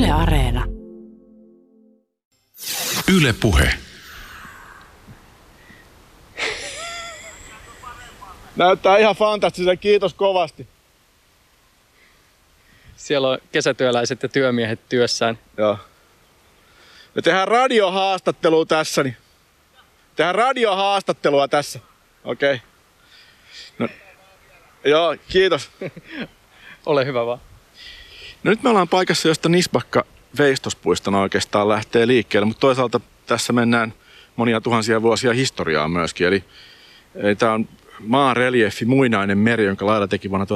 Yle Areena. Yle Puhe. Näyttää ihan fantastisen, kiitos kovasti. Siellä on kesätyöläiset ja työmiehet työssään. Joo. Me tehdään radiohaastattelua tässä, niin. Tehdään radiohaastattelua tässä. Okei. Okay. No. Joo, kiitos. Ole hyvä vaan. No nyt me ollaan paikassa, josta Nisbakka veistospuistona oikeastaan lähtee liikkeelle, mutta toisaalta tässä mennään monia tuhansia vuosia historiaa myöskin. Eli tämä on maareliefi Muinainen meri, jonka lailla teki vuonna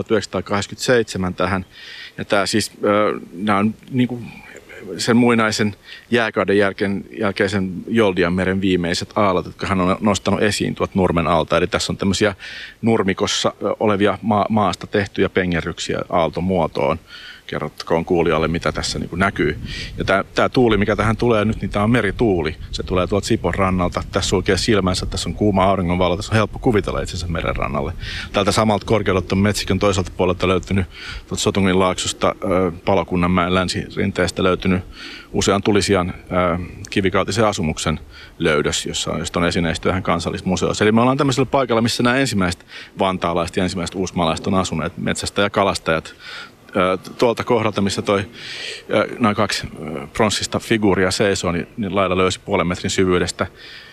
1987 tähän. Ja tämä siis, nämä on niin kuin sen muinaisen jääkauden jälkeisen Joldianmeren viimeiset aallot, jotka hän on nostanut esiin tuot Nurmen alta. Eli tässä on tämmöisiä nurmikossa olevia maasta tehtyjä pengerryksiä aaltomuotoon. Kerrottakoon kuulijalle, mitä tässä niin kuin näkyy. Ja tämä tuuli, mikä tähän tulee nyt, niin tämä on merituuli. Se tulee tuolta Sipon rannalta. Tässä sulkee silmänsä, tässä on kuuma auringonvalo. Tässä on helppo kuvitella itse asiassa meren rannalle. Täältä samalta korkeudelta metsikön toiselta puolelta löytynyt tuolta Sotungin laaksosta Palokunnanmäen länsirinteestä löytynyt usean tulisian kivikautisen asumuksen löydös, josta on esineistöä ihan kansallismuseossa. Eli me ollaan tämmöisellä paikalla, missä nämä ensimmäiset vantaalaiset ja ensimmäiset uusmaalaiset on asuneet, metsästä ja kalastajat. Tuolta kohdalta, missä toi noin 2 pronssista figuuria seisoo, niin lailla löysi 0,5 metrin syvyydestä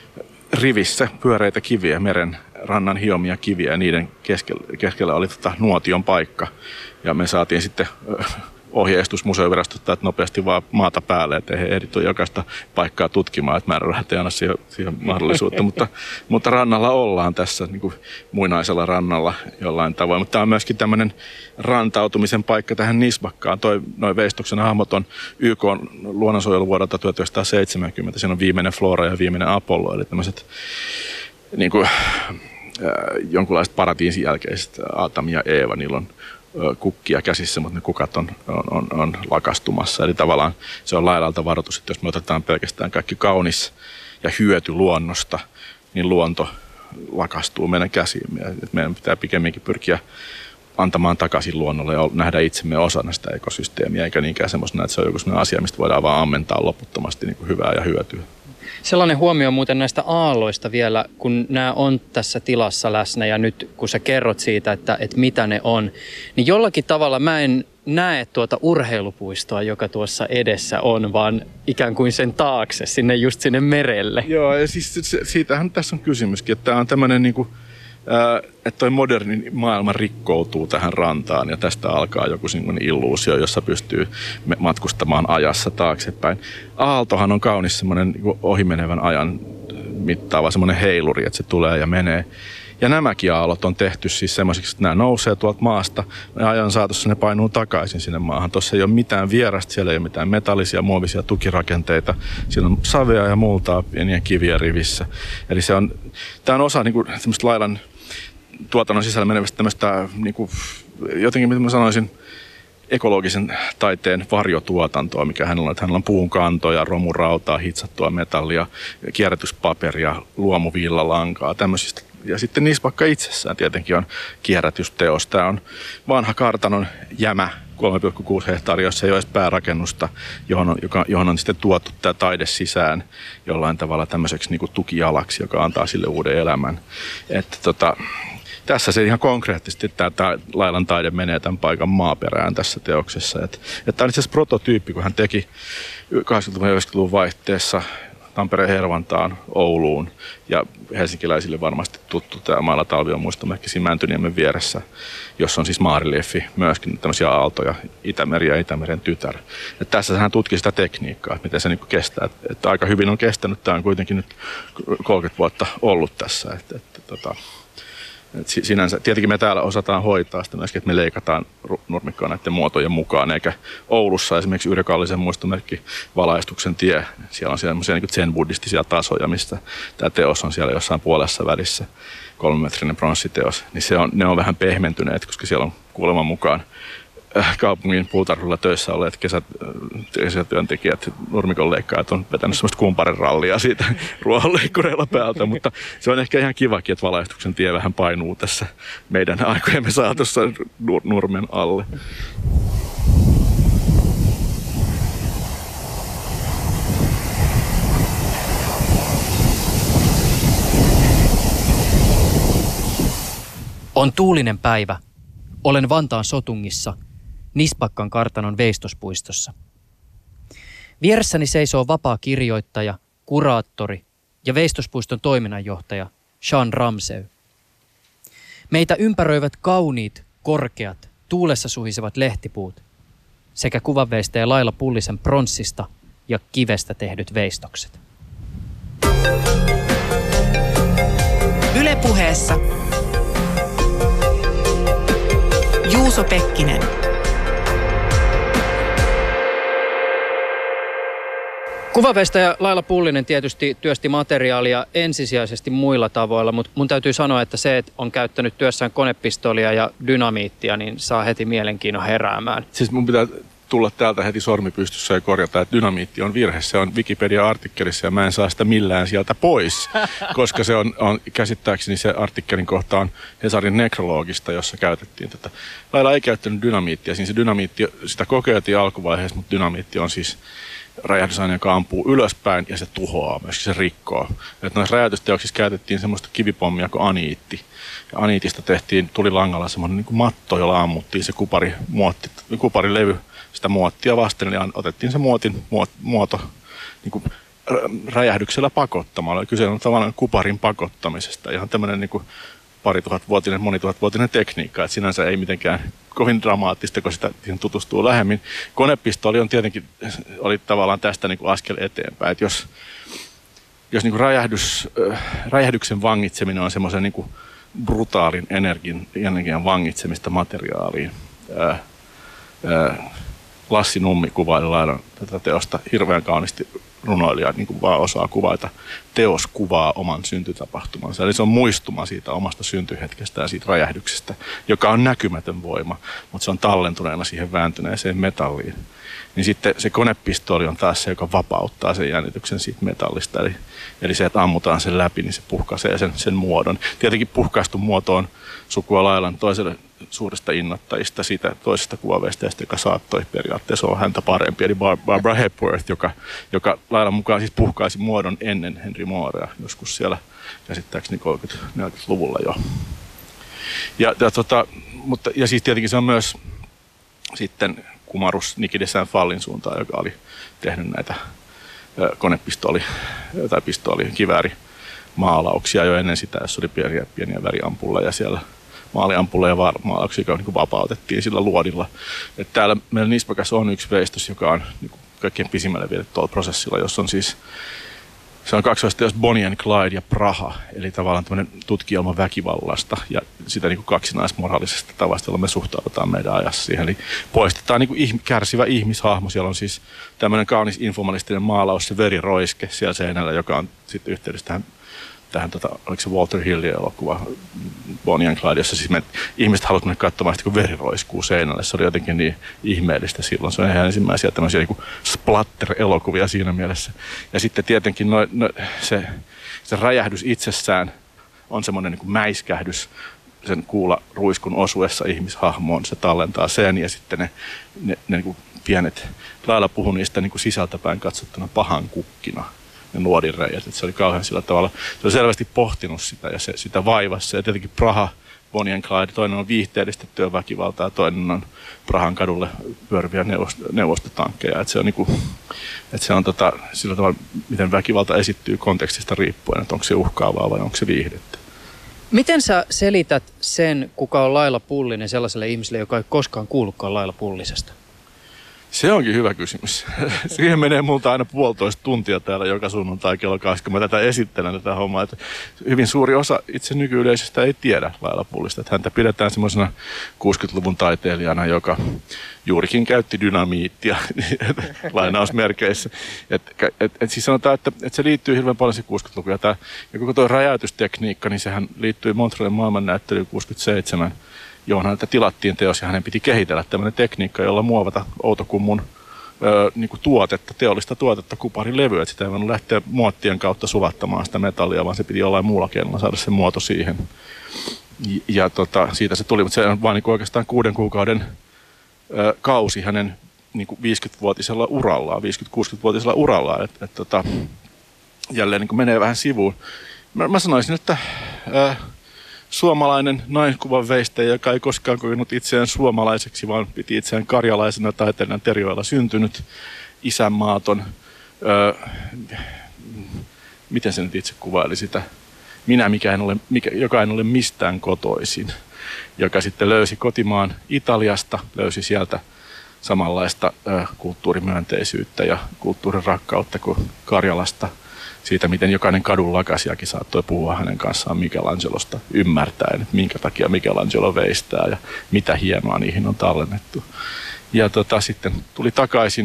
rivissä pyöreitä kiviä, meren rannan hiomia kiviä, ja niiden keskellä oli nuotion paikka. Ja me saatiin sitten ohjeistus museovirastosta, että nopeasti vaan maata päälle, että ei he ehdi jokaista paikkaa tutkimaan, että määrärahat ei anna siihen mahdollisuutta, mutta rannalla ollaan tässä niin kuin muinaisella rannalla jollain tavoin. Mutta tämä on myöskin tämmöinen rantautumisen paikka tähän Nisbakkaan. Noin veistoksen hahmot on YK luonnonsuojeluvuodelta 1970, siinä on viimeinen Flora ja viimeinen Apollo, eli tämmöiset niin kuin, jonkunlaiset paratiisin jälkeiset Adam ja Eeva, niillä on kukkia käsissä, mutta ne kukat on lakastumassa. Eli tavallaan se on laidalta varoitus, että jos me otetaan pelkästään kaikki kaunis ja hyöty luonnosta, niin luonto lakastuu meidän käsiimme. Meidän pitää pikemminkin pyrkiä antamaan takaisin luonnolle ja nähdä itsemme osana sitä ekosysteemiä, eikä niinkään semmoisena, että se on joku sellainen asia, mistä voidaan vaan ammentaa loputtomasti niin kuin hyvää ja hyötyä. Sellainen huomio muuten näistä aalloista vielä, kun nämä on tässä tilassa läsnä ja nyt kun sä kerrot siitä, että mitä ne on, niin jollakin tavalla mä en näe tuota urheilupuistoa, joka tuossa edessä on, vaan ikään kuin sen taakse, sinne merelle. Joo, ja siis siitähän tässä on kysymyskin, että tämä on tämmöinen niin kuin että toi moderni maailma rikkoutuu tähän rantaan ja tästä alkaa joku semmoinen illuusio, jossa pystyy matkustamaan ajassa taaksepäin. Aaltohan on kaunis semmoinen ohimenevän ajan mittaava semmoinen heiluri, että se tulee ja menee. Ja nämäkin aallot on tehty siis semmoisiksi, että nämä nousee tuolta maasta ja ajan saatossa ne painuu takaisin sinne maahan. Tuossa ei ole mitään vierasta, siellä ei ole mitään metallisia, muovisia tukirakenteita. Siellä on savea ja multaa, pieniä kiviä rivissä. Eli tämä on osa niin kuin, semmoista lailan tuotannon sisällä menevästä tämmöistä, niin kuin, jotenkin mitä mä sanoisin, ekologisen taiteen varjotuotantoa, mikä hänellä on. Että hänellä on puun kantoja, romurautaa, hitsattua metallia, kierrätyspaperia, luomuviillalankaa, tämmöisistä. Ja sitten Nisbakka itsessään tietenkin on kierrätysteos. Tämä on vanha kartanon jämä, 3,6 hehtaaria, jossa ei ole edes päärakennusta, johon on sitten tuotu tämä taide sisään jollain tavalla tämmöiseksi niin kuin tukijalaksi, joka antaa sille uuden elämän. Että tässä se ihan konkreettisesti tämä Lailan taide menee tämän paikan maaperään tässä teoksessa. Tämä on itse asiassa prototyyppi, kun hän teki 80-luvun ja 90-luvun vaihteessa Tampereen Hervantaan, Ouluun ja helsinkiläisille varmasti tuttu tämä Mailla talvi on muistomerkki siinä Mäntyniemen vieressä, jossa on siis maareliefi, myöskin tämmöisiä aaltoja, Itämeri ja Itämeren tytär. Ja tässä hän tutki sitä tekniikkaa, että miten se niin kestää. Että aika hyvin on kestänyt, tämä on kuitenkin nyt 30 vuotta ollut tässä. Sinänsä, tietenkin me täällä osataan hoitaa sitä myöskin, että me leikataan nurmikkoa näiden muotojen mukaan, eikä Oulussa esimerkiksi Yrjö Kallisen muistomerkki Valaistuksen tie, siellä on semmoisia niin zen-buddhistisia tasoja, mistä tämä teos on siellä jossain puolessa välissä, 3-metrinen pronssiteos, niin ne on vähän pehmentyneet, koska siellä on kuuleman mukaan kaupungin puutarhulla töissä olleet kesätyöntekijät, nurmikonleikkaajat on vetänyt semmoista kumparirallia siitä ruohonleikkureilla päältä, mutta se on ehkä ihan kivakin, että Valaistuksen tie vähän painuu tässä meidän aikojemme saatossa nurmen alle. On tuulinen päivä. Olen Vantaan Sotungissa, Nispakkan kartanon veistospuistossa. Vieressäni seisoo vapaa kirjoittaja, kuraattori ja veistospuiston toiminnanjohtaja Sean Ramsey. Meitä ympäröivät kauniit, korkeat, tuulessa suhisevat lehtipuut sekä kuvanveistäjä Laila Pullisen pronssista ja kivestä tehdyt veistokset. Yle Puheessa Juuso Pekkinen. Kuvanveistäjä Laila Pullinen tietysti työsti materiaalia ensisijaisesti muilla tavoilla, mutta mun täytyy sanoa, että se, että on käyttänyt työssään konepistoolia ja dynamiittia, niin saa heti mielenkiinnon heräämään. Siis mun pitää tulla täältä heti sormi pystyssä ja korjata, että dynamiitti on virhe. Se on Wikipedia-artikkelissa ja mä en saa sitä millään sieltä pois, koska se on käsittääkseni se artikkelin kohta on Hesarin nekrologista, jossa käytettiin tätä. Laila ei käyttänyt dynamiittia. Siinä se dynamiitti, sitä kokeiltiin alkuvaiheessa, mutta dynamiitti on siis räjähdysaine, joka ampuu ylöspäin ja se tuhoaa, myöskin se rikkoo. Että noissa räjäytysteoksissa käytettiin semmoista kivipommia kuin aniitti. Ja aniitista tehtiin tulilangalla semmoinen niin kuin matto, jolla ammuttiin se kuparilevy sitä muottia vasten. Eli otettiin se muoto niin kuin räjähdyksellä pakottamalla. Kyse on tavallaan kuparin pakottamisesta. Ihan tämmöinen niin kuin monituhatvuotinen tekniikka, että sinänsä ei mitenkään kovin dramaattista, kun sitä tutustuu lähemmin. Konepistooli on tietenkin, oli tavallaan tästä niin kuin askel eteenpäin, että jos niin kuin räjähdyksen vangitseminen on semmoisen niin kuin brutaalin energian vangitsemista materiaaliin. Lassi Nummi kuvaili Lailan tätä teosta hirveän kauniisti, runoilija niin kuin vaan osaa kuvaita. Teos kuvaa oman syntytapahtumansa. Eli se on muistuma siitä omasta syntyhetkestä ja siitä räjähdyksestä, joka on näkymätön voima, mutta se on tallentuneena siihen vääntyneeseen metalliin. Niin sitten se konepistooli on taas se, joka vapauttaa sen jännityksen siitä metallista. Eli se, että ammutaan sen läpi, niin se puhkaisee sen muodon. Tietenkin puhkaistu muoto on sukua Lailan toiselle suurista innoittajista siitä toisesta kuvanveistäjästä, joka saattoi periaatteessa olla häntä parempi, eli Barbara Hepworth, joka Lailan mukaan siis puhkaisi muodon ennen Henry Moorea, joskus siellä käsittääkseni 30-40-luvulla jo. Ja siis tietenkin se on myös sitten kumarus Niki de Saint-Phallin suuntaan, joka oli tehnyt näitä kiväärimaalauksia jo ennen sitä, jos oli pieniä väriampulleja siellä. Maaliampulla ja maalauksia, joka niin vapautettiin sillä luodilla. Että täällä meillä Nispakassa on yksi veistos, joka on niin kaikkein pisimmälle viety tuolla prosessilla, jossa on siis se on kaksoisteos Bonnie and Clyde ja Praha, eli tavallaan tämmöinen tutkielma väkivallasta ja sitä niin kuin kaksinaismoraalisesta tavasta, jolla me suhtaudutaan meidän ajassa siihen. Eli poistetaan niin kuin kärsivä ihmishahmo. Siellä on siis tämmöinen kaunis informalistinen maalaus, se veriroiske siellä seinällä, joka on sitten yhteydessä tähän oliko se Walter Hillin elokuva Bonnie and Clyde, jossa siis ihmiset halusivat mennä katsomaan sitä, kun veri roiskuu seinälle. Se oli jotenkin niin ihmeellistä silloin. Se on ihan ensimmäisiä tämmöisiä niin kuin splatter-elokuvia siinä mielessä. Ja sitten tietenkin se räjähdys itsessään on semmoinen niin kuin mäiskähdys sen kuularuiskun osuessa ihmishahmoon. Se tallentaa sen ja sitten ne niin kuin pienet, Laila puhui niistä niin kuin sisältäpäin katsottuna pahan kukkina. Ne luodinreijät, että se oli kauhean sillä tavalla. Se oli selvästi pohtinut sitä ja sitä vaivassa. Ja tietenkin Praha, Bonnie and Clyde, toinen on viihteellistettyä väkivaltaa, toinen on Prahan kadulle pyöriviä neuvostotankkeja. Että se on, sillä tavalla, miten väkivalta esittyy kontekstista riippuen, että onko se uhkaavaa vai onko se viihdettä. Miten sä selität sen, kuka on Laila Pullinen sellaiselle ihmiselle, joka ei koskaan kuullutkaan Laila Pullisesta? Se onkin hyvä kysymys. Siihen menee multa aina 1,5 tuntia täällä joka sunnuntai kello 2, kun mä tätä esittelen tätä hommaa. Että hyvin suuri osa itse nykyyleisöstä ei tiedä Laila Pullista. Että häntä pidetään semmoisena 60-luvun taiteilijana, joka juurikin käytti dynamiittia lainausmerkeissä. Siis sanotaan, että se liittyy hirveän paljon se 60-luku. Ja koko tuo räjäytystekniikka, niin sehän liittyy Montrealin maailmannäyttelyyn 67. johon häneltä tilattiin teos ja hänen piti kehitellä tämmöinen tekniikka, jolla muovata Outokummun niin kuin teollista tuotetta kuparilevyä. Sitä ei voinut lähteä muottien kautta suvattamaan sitä metallia, vaan se piti jollain muulla keinolla saada se muoto siihen. Ja siitä se tuli, mutta se on vain niin oikeastaan 6 kuukauden kausi hänen niin kuin 50-vuotisella urallaan, 50-60-vuotisella urallaan. Jälleen niin kuin menee vähän sivuun. Mä sanoisin, että suomalainen naiskuvan veistäjä, joka ei koskaan kokenut itseään suomalaiseksi, vaan piti itseään karjalaisena taiteilijana Terijoella syntynyt, isänmaaton, miten se nyt itse kuvaili sitä, joka en ole mistään kotoisin, joka sitten löysi kotimaan Italiasta, löysi sieltä samanlaista kulttuurimyönteisyyttä ja kulttuurin rakkautta kuin Karjalasta, siitä miten jokainen kadun lakasiakin saattoi puhua hänen kanssaan Michelangelosta ymmärtäen, että minkä takia Michelangelo veistää ja mitä hienoa niihin on tallennettu. Ja sitten tuli takaisin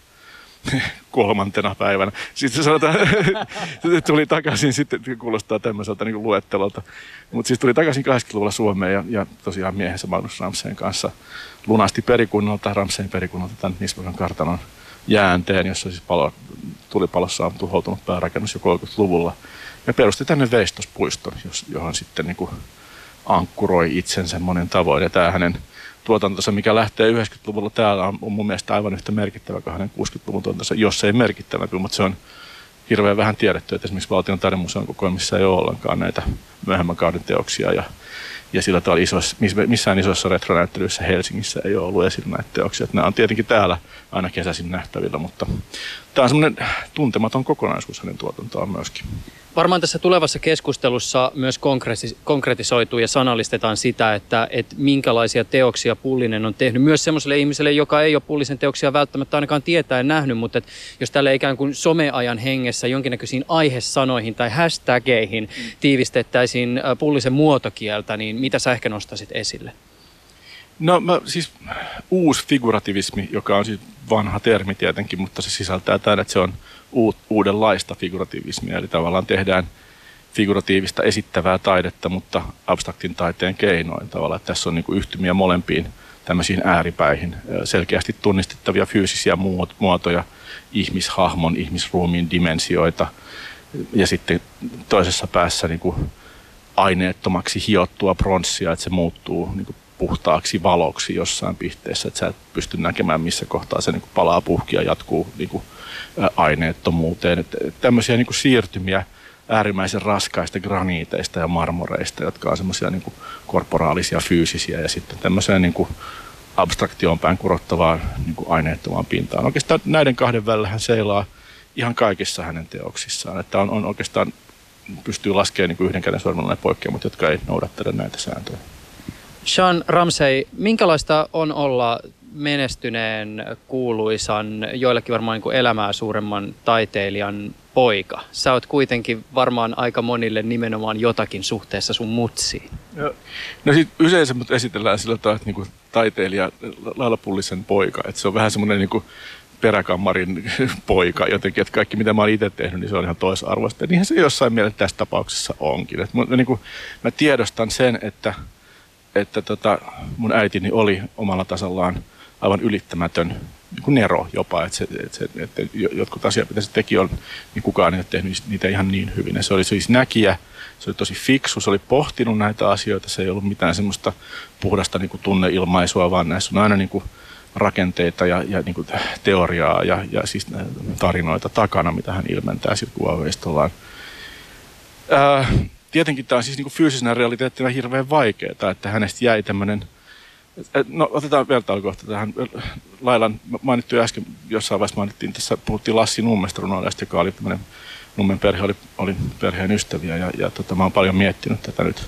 3. päivänä. Sitten sanotaan, tuli takaisin, sitten kuulostaa tämmöiseltä niin kuin luettelolta, mutta siis tuli takaisin 80-luvulla Suomeen ja tosiaan miehensä Magnus Ramsayn kanssa lunasti Ramsayn perikunnalta tämän Nisbakan kartanon jäänteen, jossa siis tulipalossa on tuhoutunut päärakennus jo 30-luvulla. Ja perusti tänne veistospuiston, johon sitten niin kuin ankkuroi itsensä monen tavoin. Ja tämä hänen tuotantonsa, mikä lähtee 90-luvulla täällä, on mun mielestä aivan yhtä merkittävä kuin hänen 60-luvun tuotantonsa, jos ei merkittävämpi, mutta se on hirveän vähän tiedetty, että esimerkiksi Valtion taidemuseon kokoelmissa ei ole ollenkaan näitä myöhemmän kauden teoksia, ja sillä tavalla missään isoissa retronäyttelyissä Helsingissä ei ole ollut esillä näitä teoksia. Nämä on tietenkin täällä aina kesäisin nähtävillä, mutta tämä on semmoinen tuntematon kokonaisuus hänen tuotantoaan myöskin. Varmaan tässä tulevassa keskustelussa myös konkretisoituu ja sanallistetaan sitä, että minkälaisia teoksia Pullinen on tehnyt. Myös semmoiselle ihmiselle, joka ei ole Pullisen teoksia välttämättä ainakaan tietää ja nähnyt, mutta että jos tälle ikään kuin someajan hengessä jonkinnäköisiin aihesanoihin tai hashtageihin tiivistettäisiin Pullisen muotokieltä, niin mitä sä ehkä nostaisit esille? No siis uusi figurativismi, joka on siis vanha termi tietenkin, mutta se sisältää tämän, että se on uudenlaista figurativismia. Eli tavallaan tehdään figuratiivista esittävää taidetta, mutta abstraktin taiteen keinoin tavallaan. Että tässä on niin kuin yhtymiä molempiin tämmöisiin ääripäihin, selkeästi tunnistettavia fyysisiä muotoja, ihmishahmon, ihmisruumiin dimensioita ja sitten toisessa päässä niin kuin aineettomaksi hiottua pronssia, että se muuttuu niin kuin puhtaaksi valoksi jossain pisteessä, että sä et pysty näkemään missä kohtaa se niin kuin palaa puhki ja jatkuu niin kuin aineettomuuteen. Että tämmöisiä niin kuin siirtymiä äärimmäisen raskaista graniiteista ja marmoreista, jotka on semmoisia niin kuin korporaalisia, fyysisiä ja sitten tämmöisiä niin kuin abstraktioon päin kurottavaa niin kuin aineettomaan pintaan. Oikeastaan näiden kahden välillä hän seilaa ihan kaikissa hänen teoksissaan, että on oikeastaan pystyy laskemaan niin kuin yhden käden sormella ne poikkeamat, jotka ei noudattele näitä sääntöjä. Jean Ramsay, minkälaista on olla menestyneen, kuuluisan, joillekin varmaan niin kuin elämää suuremman taiteilijan poika? Sä oot kuitenkin varmaan aika monille nimenomaan jotakin suhteessa sun mutsiin. No sit yleensä mut esitellään sillä tavalla, että niinku taiteilija Laila Pullisen poika. Että se on vähän semmoinen niinku peräkammarin poika jotenkin, että kaikki mitä mä oon itse tehnyt, niin se on ihan toisarvoista. Ja niinhän se jossain mielessä tässä tapauksessa onkin. Et mä tiedostan sen, että mun äitini oli omalla tasollaan aivan ylittämätön niin kuin nero jopa, että jotkut asiat, mitä se teki, niin kukaan ei ole tehnyt niitä ihan niin hyvin. Ja se oli siis näkijä, se oli tosi fiksu, se oli pohtinut näitä asioita, se ei ollut mitään semmoista puhdasta niin kuin tunneilmaisua, vaan näissä on aina niin kuin rakenteita ja niin kuin teoriaa ja siis tarinoita takana, mitä hän ilmentää sitten kuvaveistollaan. Tietenkin tämä on siis niin kuin fyysisenä realiteettina hirveän vaikeaa, että hänestä jäi tämmöinen. No otetaan vertailukohta tähän. Lailan mainittu äsken, jossain vaiheessa mainittiin, tässä puhuttiin Lassi Nummesta runoilijasta, joka oli tämmöinen, Nummen perhe oli perheen ystäviä ja mä oon paljon miettinyt tätä nyt.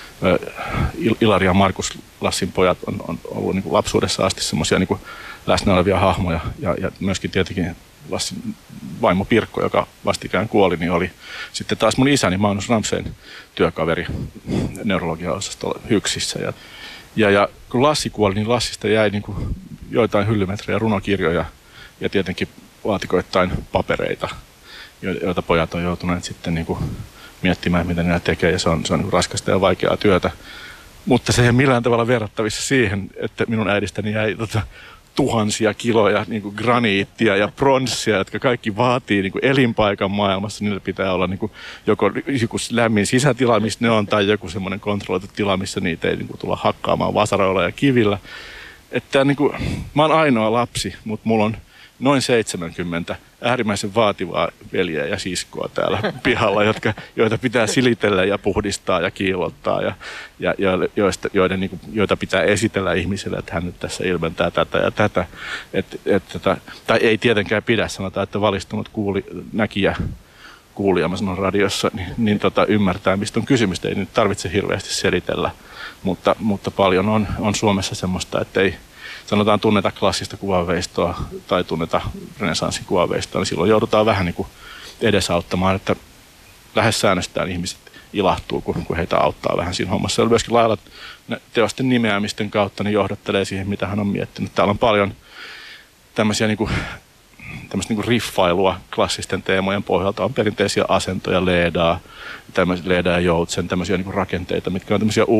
Ilari ja Markus, Lassin pojat, on ollut niin kuin lapsuudessa asti semmoisia niin kuin läsnä olevia hahmoja ja myöskin tietenkin Lassin vaimo Pirkko, joka vastikään kuoli, niin oli sitten taas mun isäni Magnus Ramsayn työkaveri neurologia-osastolla Hyksissä. Ja kun Lassi kuoli, niin Lassista jäi niin kuin joitain hyllymetrejä runokirjoja ja tietenkin laatikoittain papereita, joita pojat on joutuneet sitten niin kuin miettimään, mitä ne tekee, ja se on niin kuin raskasta ja vaikeaa työtä. Mutta se ei millään tavalla verrattavissa siihen, että minun äidistäni jäi tuhansia kiloja niin kuin graniittia ja pronssia, jotka kaikki vaatii niin kuin elinpaikan maailmassa. Niillä pitää olla niin kuin joko joku lämmin sisätila, missä ne on, tai joku semmoinen kontrolloitu tila, missä niitä ei niin kuin tulla hakkaamaan vasaroilla ja kivillä. Että niin kuin, mä oon ainoa lapsi, mutta mulla on noin 70 äärimmäisen vaativaa veljeä ja siskoa täällä pihalla, joita pitää silitellä ja puhdistaa ja kiillottaa ja joita pitää esitellä ihmisille, että hän nyt tässä ilmentää tätä ja tätä. Tai ei tietenkään pidä, sanotaan, että valistunut näkijä, kuulija, mä sanon radiossa, niin ymmärtää, mistä on kysymys. Ei nyt tarvitse hirveästi selitellä, mutta paljon on Suomessa semmoista, että ei sanotaan tunneta klassista kuvanveistoa tai tunneta renessanssin kuvanveistoa, niin silloin joudutaan vähän niin kuin edesauttamaan, että lähes säännöstään ihmiset ilahtuu, kun heitä auttaa vähän siinä hommassa. Ja myöskin lailla teosten nimeämisten kautta niin johdattelee siihen, mitä hän on miettinyt. Täällä on paljon tämmöistä niin riffailua klassisten teemojen pohjalta. On perinteisiä asentoja, leedaa ja joutsen, tämmöisiä niin rakenteita, mitkä on tämmöisiä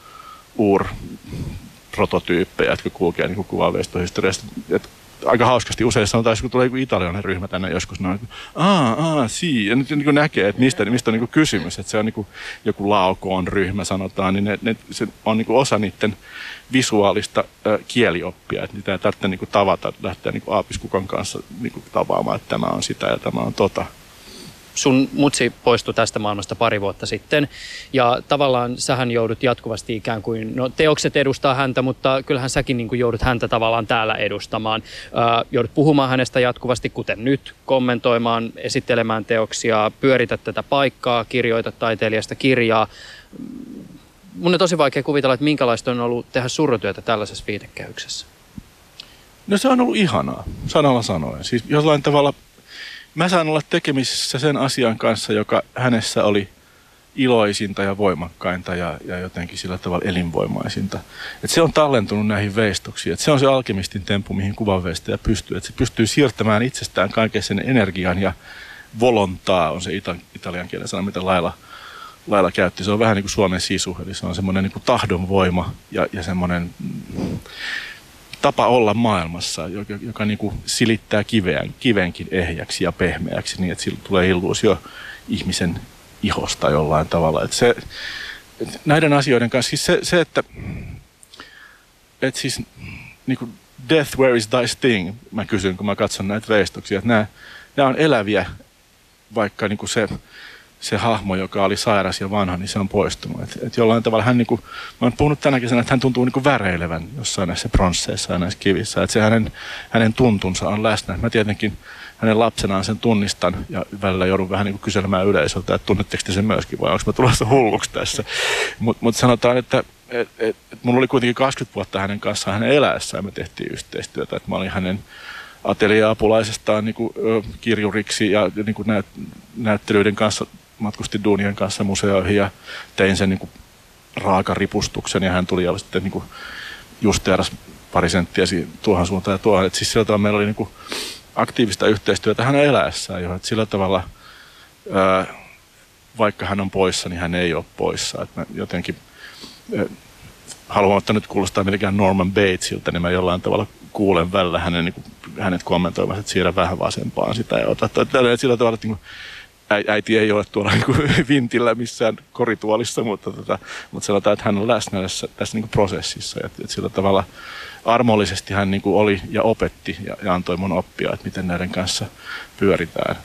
prototyyppejä, jotka kulkee niin kuvanveistohistoriasta. Aika hauskasti usein sanotaan, kun tulee joku italialainen ryhmä tänne joskus, ja nyt niin näkee, että mistä on niin kysymys, että se on niin joku Laokoon ryhmä sanotaan, niin se on niin osa niiden visuaalista kielioppia, että niitä ei tarvitse niin tavata, lähteä niin aapiskukan kanssa niin tavaamaan, että tämä on sitä ja tämä on tota. Sun mutsi poistui tästä maailmasta pari vuotta sitten ja tavallaan sähän joudut jatkuvasti ikään kuin, no teokset edustaa häntä, mutta kyllähän säkin niin kuin joudut häntä tavallaan täällä edustamaan. Joudut puhumaan hänestä jatkuvasti, kuten nyt, kommentoimaan, esittelemään teoksia, pyörität tätä paikkaa, kirjoitat taiteilijasta kirjaa. Mun on tosi vaikea kuvitella, että minkälaista on ollut tehdä surrotyötä tällaisessa viitekehyksessä. No se on ollut ihanaa, sanalla sanoen. Siis jollain tavalla mä saan olla tekemisissä sen asian kanssa, joka hänessä oli iloisinta ja voimakkainta ja jotenkin sillä tavalla elinvoimaisinta. Et se on tallentunut näihin veistoksiin. Et se on se alkemistin temppu, mihin kuvanveistäjä pystyy. Et se pystyy siirtämään itsestään kaiken sen energian ja volontaa, on se italian kielen sana, mitä Laila käytti. Se on vähän niin kuin Suomen sisu, eli se on semmoinen niin kuin tahdonvoima ja semmoinen tapa olla maailmassa, joka niin kuin silittää kivenkin ehjäksi ja pehmeäksi niin, että sillä tulee illuusio ihmisen ihosta jollain tavalla. Että näiden asioiden kanssa, siis se että siis niin kuin death, where is thy sting? Mä kysyn, kun mä katson näitä veistoksia, että nämä on eläviä, vaikka niin kuin se hahmo, joka oli sairas ja vanha, niin se on poistunut. Et jollain tavalla hän, mä oon puhunut tänä kesänä, että hän tuntuu väreilevän jossain näissä pronsseissa ja näissä kivissä. Että se hänen tuntunsa on läsnä. Mä tietenkin hänen lapsenaan sen tunnistan ja välillä joudun vähän kyselemään yleisöltä, että tunnetteko te sen myöskin vai onko mä tulossa hulluksi tässä. Mutta sanotaan, että mulla oli kuitenkin 20 vuotta hänen kanssaan hänen eläessään. Me tehtiin yhteistyötä, että mä olin hänen ateljeapulaisestaan kirjuriksi ja näyttelyiden kanssa matkustin duunien kanssa museoihin ja tein sen raakaripustuksen ja hän tuli ja sitten justeeras pari senttiä tuohon suuntaan ja tuohon. Et siis sillä tavalla meillä oli aktiivista yhteistyötä hänen eläessään jo. Et sillä tavalla, vaikka hän on poissa, niin hän ei ole poissa. Et mä jotenkin haluamatta nyt kuulostaa mitenkään Norman Batesilta, niin mä jollain tavalla kuulen välillä hänet kommentoimassa, että siirrä vähän vasempaan sitä ja ota. Sillä tavalla, että äiti ei ole tuolla vintillä missään korituolissa, mutta sanotaan, että hän on läsnä tässä prosessissa. Että sillä tavalla armollisesti hän oli ja opetti ja antoi mun oppia, että miten näiden kanssa pyöritään.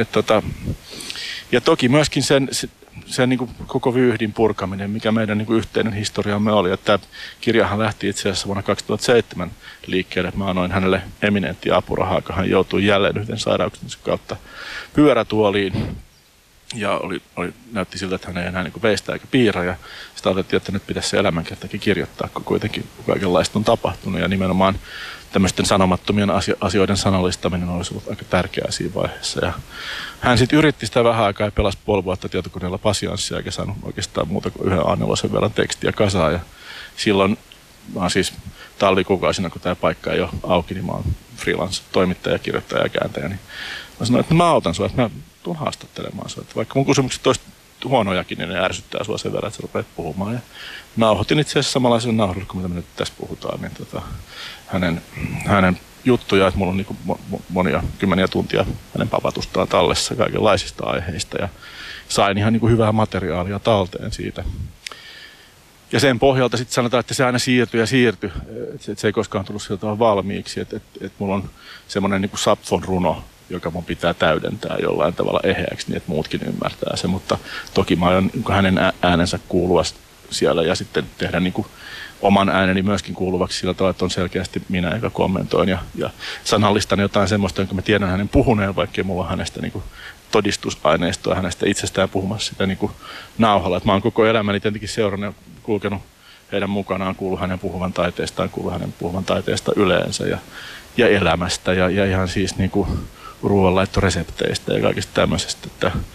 Ja toki myöskin sen koko vyyhdin purkaminen, mikä meidän yhteinen historiamme oli. Että tämä kirjahan lähti itse asiassa vuonna 2007 liikkeelle. Mä annoin hänelle eminenttiä apurahaa, kun hän joutui jälleen yhden sairauksensa kautta pyörätuoliin. Ja näytti siltä, että hän ei enää veistä eikä piirrä. Ja sitä otettiin, että nyt pitäisi se elämänkertakin kirjoittaa, kun kuitenkin kaikenlaista on tapahtunut. Ja nimenomaan tämmöisten sanomattomien asioiden sanallistaminen olisi ollut aika tärkeää siinä vaiheessa. Ja hän sitten yritti sitä vähän aikaa ja pelasi puoli vuotta tietokoneella pasianssia eikä saanut oikeastaan muuta kuin yhden A4 verran tekstiä kasaan. Ja silloin mä oon siis tallikuukausina, kun tämä paikka ei ole auki, niin mä oon freelance-toimittaja, kirjoittaja ja kääntäjä. Niin mä sanoin, että mä autan sua, että mä tuun haastattelemaan sua. Että vaikka mun kysymykset olisi huonojakin, niin ne ärsyttää sua sen verran, että sä rupeat puhumaan. Ja nauhoitin itse asiassa samanlaisen nauhoitin, kuin mitä me nyt tässä puhutaan, niin hänen juttuja, että mulla on monia kymmeniä tuntia hänen papatustaan tallessa kaikenlaisista aiheista ja sain ihan hyvää materiaalia talteen siitä. Ja sen pohjalta sitten sanotaan, että se aina siirtyi ja siirtyi, että se ei koskaan tullut sillä tavalla valmiiksi, että mulla on semmoinen niin kuin Sapfon runo, joka mun pitää täydentää jollain tavalla eheäksi, niin että muutkin ymmärtää se, mutta toki mä aion niin hänen äänensä kuulua siellä ja sitten tehdä niin kuin oman ääneni myöskin kuuluvaksi sillä tavalla, että on selkeästi minä, joka kommentoin ja sanallistan jotain semmoista, jonka mä tiedän hänen puhuneen, vaikkei mulla on hänestä niin kuin todistusaineistoa hänestä itsestään puhumassa sitä niin kuin nauhalla. Et mä oon koko elämäni tietenkin seurannut ja kulkenut heidän mukanaan, kuullut hänen puhuvan taiteestaan, kuullut hänen puhuvan taiteesta yleensä ja elämästä ja ihan siis niin kuin ruoanlaittoresepteistä ja kaikista tämmöisestä.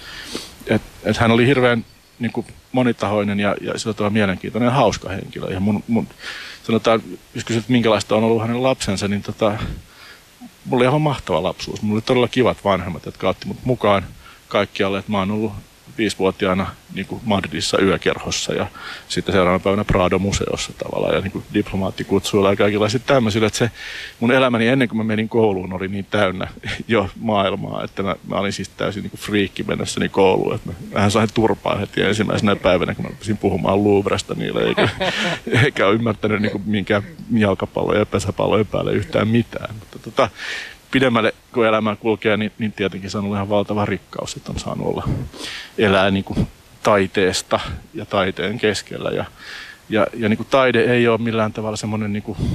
Että hän oli hirveän niin kuin monitahoinen ja sillä tavalla mielenkiintoinen ja hauska henkilö. Ja sanotaan, jos kysyt, minkälaista on ollut hänen lapsensa, niin mulla oli ihan mahtava lapsuus. Mulla oli todella kivat vanhemmat, jotka otti mut mukaan kaikkialle. Että mä oon ollut 5-vuotiaana niin kuin Madridissa yökerhossa ja sitten seuraavana päivänä Prado-museossa tavallaan ja niin kuin diplomaattikutsuilla ja kaikenlaisilla tämmöisillä. Että se mun elämäni ennen kuin mä menin kouluun oli niin täynnä jo maailmaa, että mä olin siis täysin niin kuin friikki mennessäni kouluun. Että mä sain turpaa heti ensimmäisenä päivänä, kun mä rupesin puhumaan Louvresta niille, eikä ole ymmärtänyt niin kuin minkään jalkapalloja ja pesäpalloja päälle yhtään mitään. Mutta pidemmälle kun elämää kulkee, niin tietenkin se on ollut ihan valtava rikkaus, että on saanut elää niin kuin taiteesta ja taiteen keskellä. Ja niin kuin taide ei ole millään tavalla semmoinen niin kuin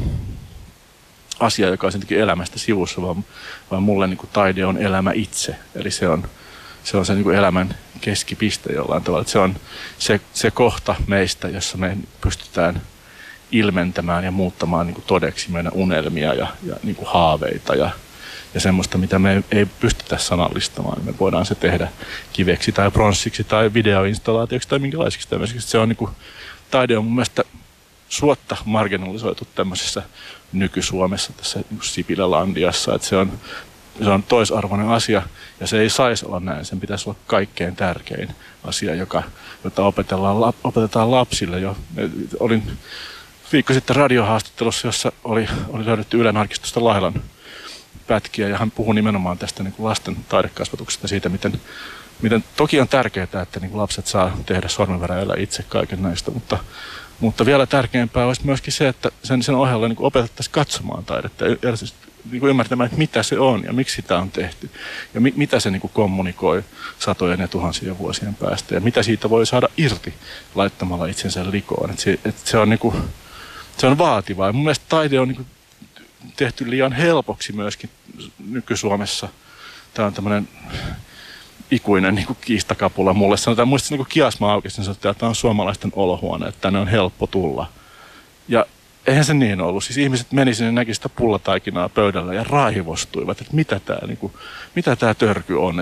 asia, joka on jotenkin elämästä sivussa, vaan mulle niin kuin taide on elämä itse. Eli se on se niin kuin elämän keskipiste jollain tavalla. Että se on se kohta meistä, jossa me pystytään ilmentämään ja muuttamaan niin kuin todeksi meidän unelmia ja niin kuin haaveita ja semmoista, mitä me ei pystytä sanallistamaan. Me voidaan se tehdä kiveksi tai pronssiksi tai videoinstallaatioksi tai minkälaisiksi tämmöisiksi. Se on niin kuin, taide on mun mielestä suotta marginalisoitu tämmöisessä nyky-Suomessa, tässä niin kuin Sipilä-landiassa. Että se on toisarvoinen asia ja se ei saisi olla näin. Sen pitäisi olla kaikkein tärkein asia, jota opetetaan lapsille jo. Olin viikko sitten radiohaastattelussa, jossa oli löydetty Ylen arkistosta Lailan pätkiä ja hän puhui nimenomaan tästä niin kuin lasten taidekasvatuksesta siitä, miten toki on tärkeää, että niin kuin lapset saa tehdä sormenveräjällä itse kaiken näistä, mutta vielä tärkeämpää olisi myöskin se, että sen ohella niin kuin opetettaisiin katsomaan taidetta ja niin kuin ymmärtämään, että mitä se on ja miksi sitä on tehty ja mitä se niin kuin kommunikoi satojen ja tuhansien vuosien päästä ja mitä siitä voi saada irti laittamalla itsensä likoon. Se on niin kuin, se on vaativaa ja mun mielestä taide on niin kuin tehty liian helpoksi myöskin nyky-Suomessa. Tämä on tämmöinen ikuinen niin kuin kiistakapula mulle. Sanotaan, muistin niin kuin Kiasma aukesi, niin sanottiin, että tämä on suomalaisten olohuone, että tänne on helppo tulla. Ja eihän se niin ollut. Siis ihmiset meni sinne, näki sitä pullataikinaa pöydällä ja raivostuivat, että mitä tämä törky on.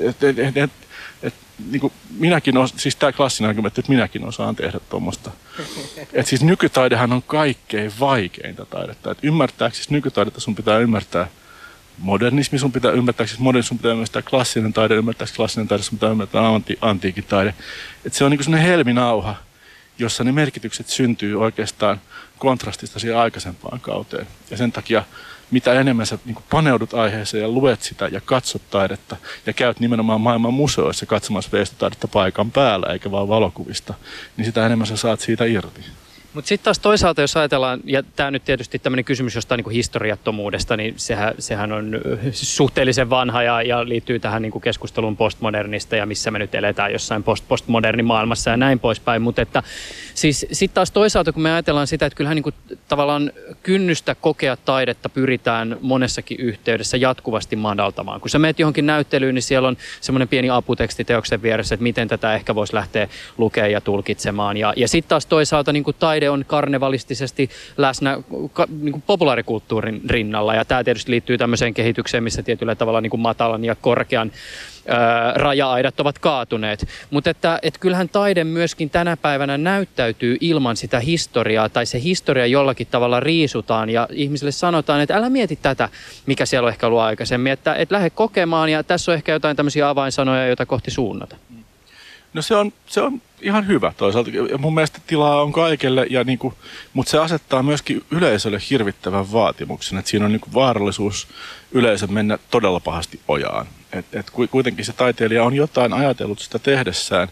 Niin kuin minäkin siis tämä klassinen argumentti, että minäkin osaan tehdä tuommoista. Että siis nykytaidehan on kaikkein vaikeinta taidetta. Että ymmärtääksesi nykytaidetta sun pitää ymmärtää modernismi, sun pitää ymmärtää modernismi, sun pitää ymmärtää klassinen taide, ymmärtääksesi klassinen taide, sun pitää ymmärtää antiikin taide. Että se on niin kuin sellainen helminauha, jossa ne merkitykset syntyy oikeastaan kontrastista siihen aikaisempaan kauteen. Ja sen takia mitä enemmän sä niin kuin paneudut aiheeseen ja luet sitä ja katsot taidetta ja käyt nimenomaan maailman museoissa katsomassa veistotaidetta paikan päällä eikä vaan valokuvista, niin sitä enemmän sä saat siitä irti. Mutta sitten taas toisaalta, jos ajatellaan, ja tämä nyt tietysti tämmöinen kysymys jostain niin kuin historiattomuudesta, niin sehän on suhteellisen vanha ja liittyy tähän niin kuin keskusteluun postmodernista ja missä me nyt eletään jossain postmodernin maailmassa ja näin poispäin. Mutta että siis sitten taas toisaalta, kun me ajatellaan sitä, että kyllähän niin kuin tavallaan kynnystä kokea taidetta pyritään monessakin yhteydessä jatkuvasti madaltamaan. Kun sä meet johonkin näyttelyyn, niin siellä on semmoinen pieni aputeksti teoksen vieressä, että miten tätä ehkä voisi lähteä lukemaan ja tulkitsemaan. Ja sitten taas toisaalta niin kuin taide on karnevalistisesti läsnä niin kuin populaarikulttuurin rinnalla. Ja tämä tietysti liittyy tämmöiseen kehitykseen, missä tietyllä tavalla niin kuin matalan ja korkean raja-aidat ovat kaatuneet. Mutta että kyllähän taide myöskin tänä päivänä näyttäytyy ilman sitä historiaa, tai se historia jollakin tavalla riisutaan, ja ihmisille sanotaan, että älä mieti tätä, mikä siellä on ehkä ollut aikaisemmin, että lähde kokemaan, ja tässä on ehkä jotain tämmöisiä avainsanoja, joita kohti suunnata. No se on ihan hyvä toisaalta. Mun mielestä tilaa on kaikelle, mutta se asettaa myöskin yleisölle hirvittävän vaatimuksen. Että siinä on vaarallisuus yleisön mennä todella pahasti ojaan. Et kuitenkin se taiteilija on jotain ajatellut sitä tehdessään.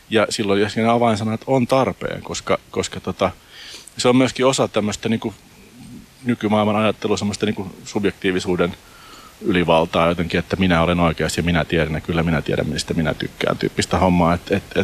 Ja silloin siinä avainsanat on tarpeen, koska se on myöskin osa tämmöistä niin kuin nykymaailman ajattelua, semmoista niin kuin subjektiivisuuden ylivaltaa jotenkin, että minä olen oikeassa ja minä tiedän ja kyllä minä tiedän, mistä minä tykkään tyyppistä hommaa.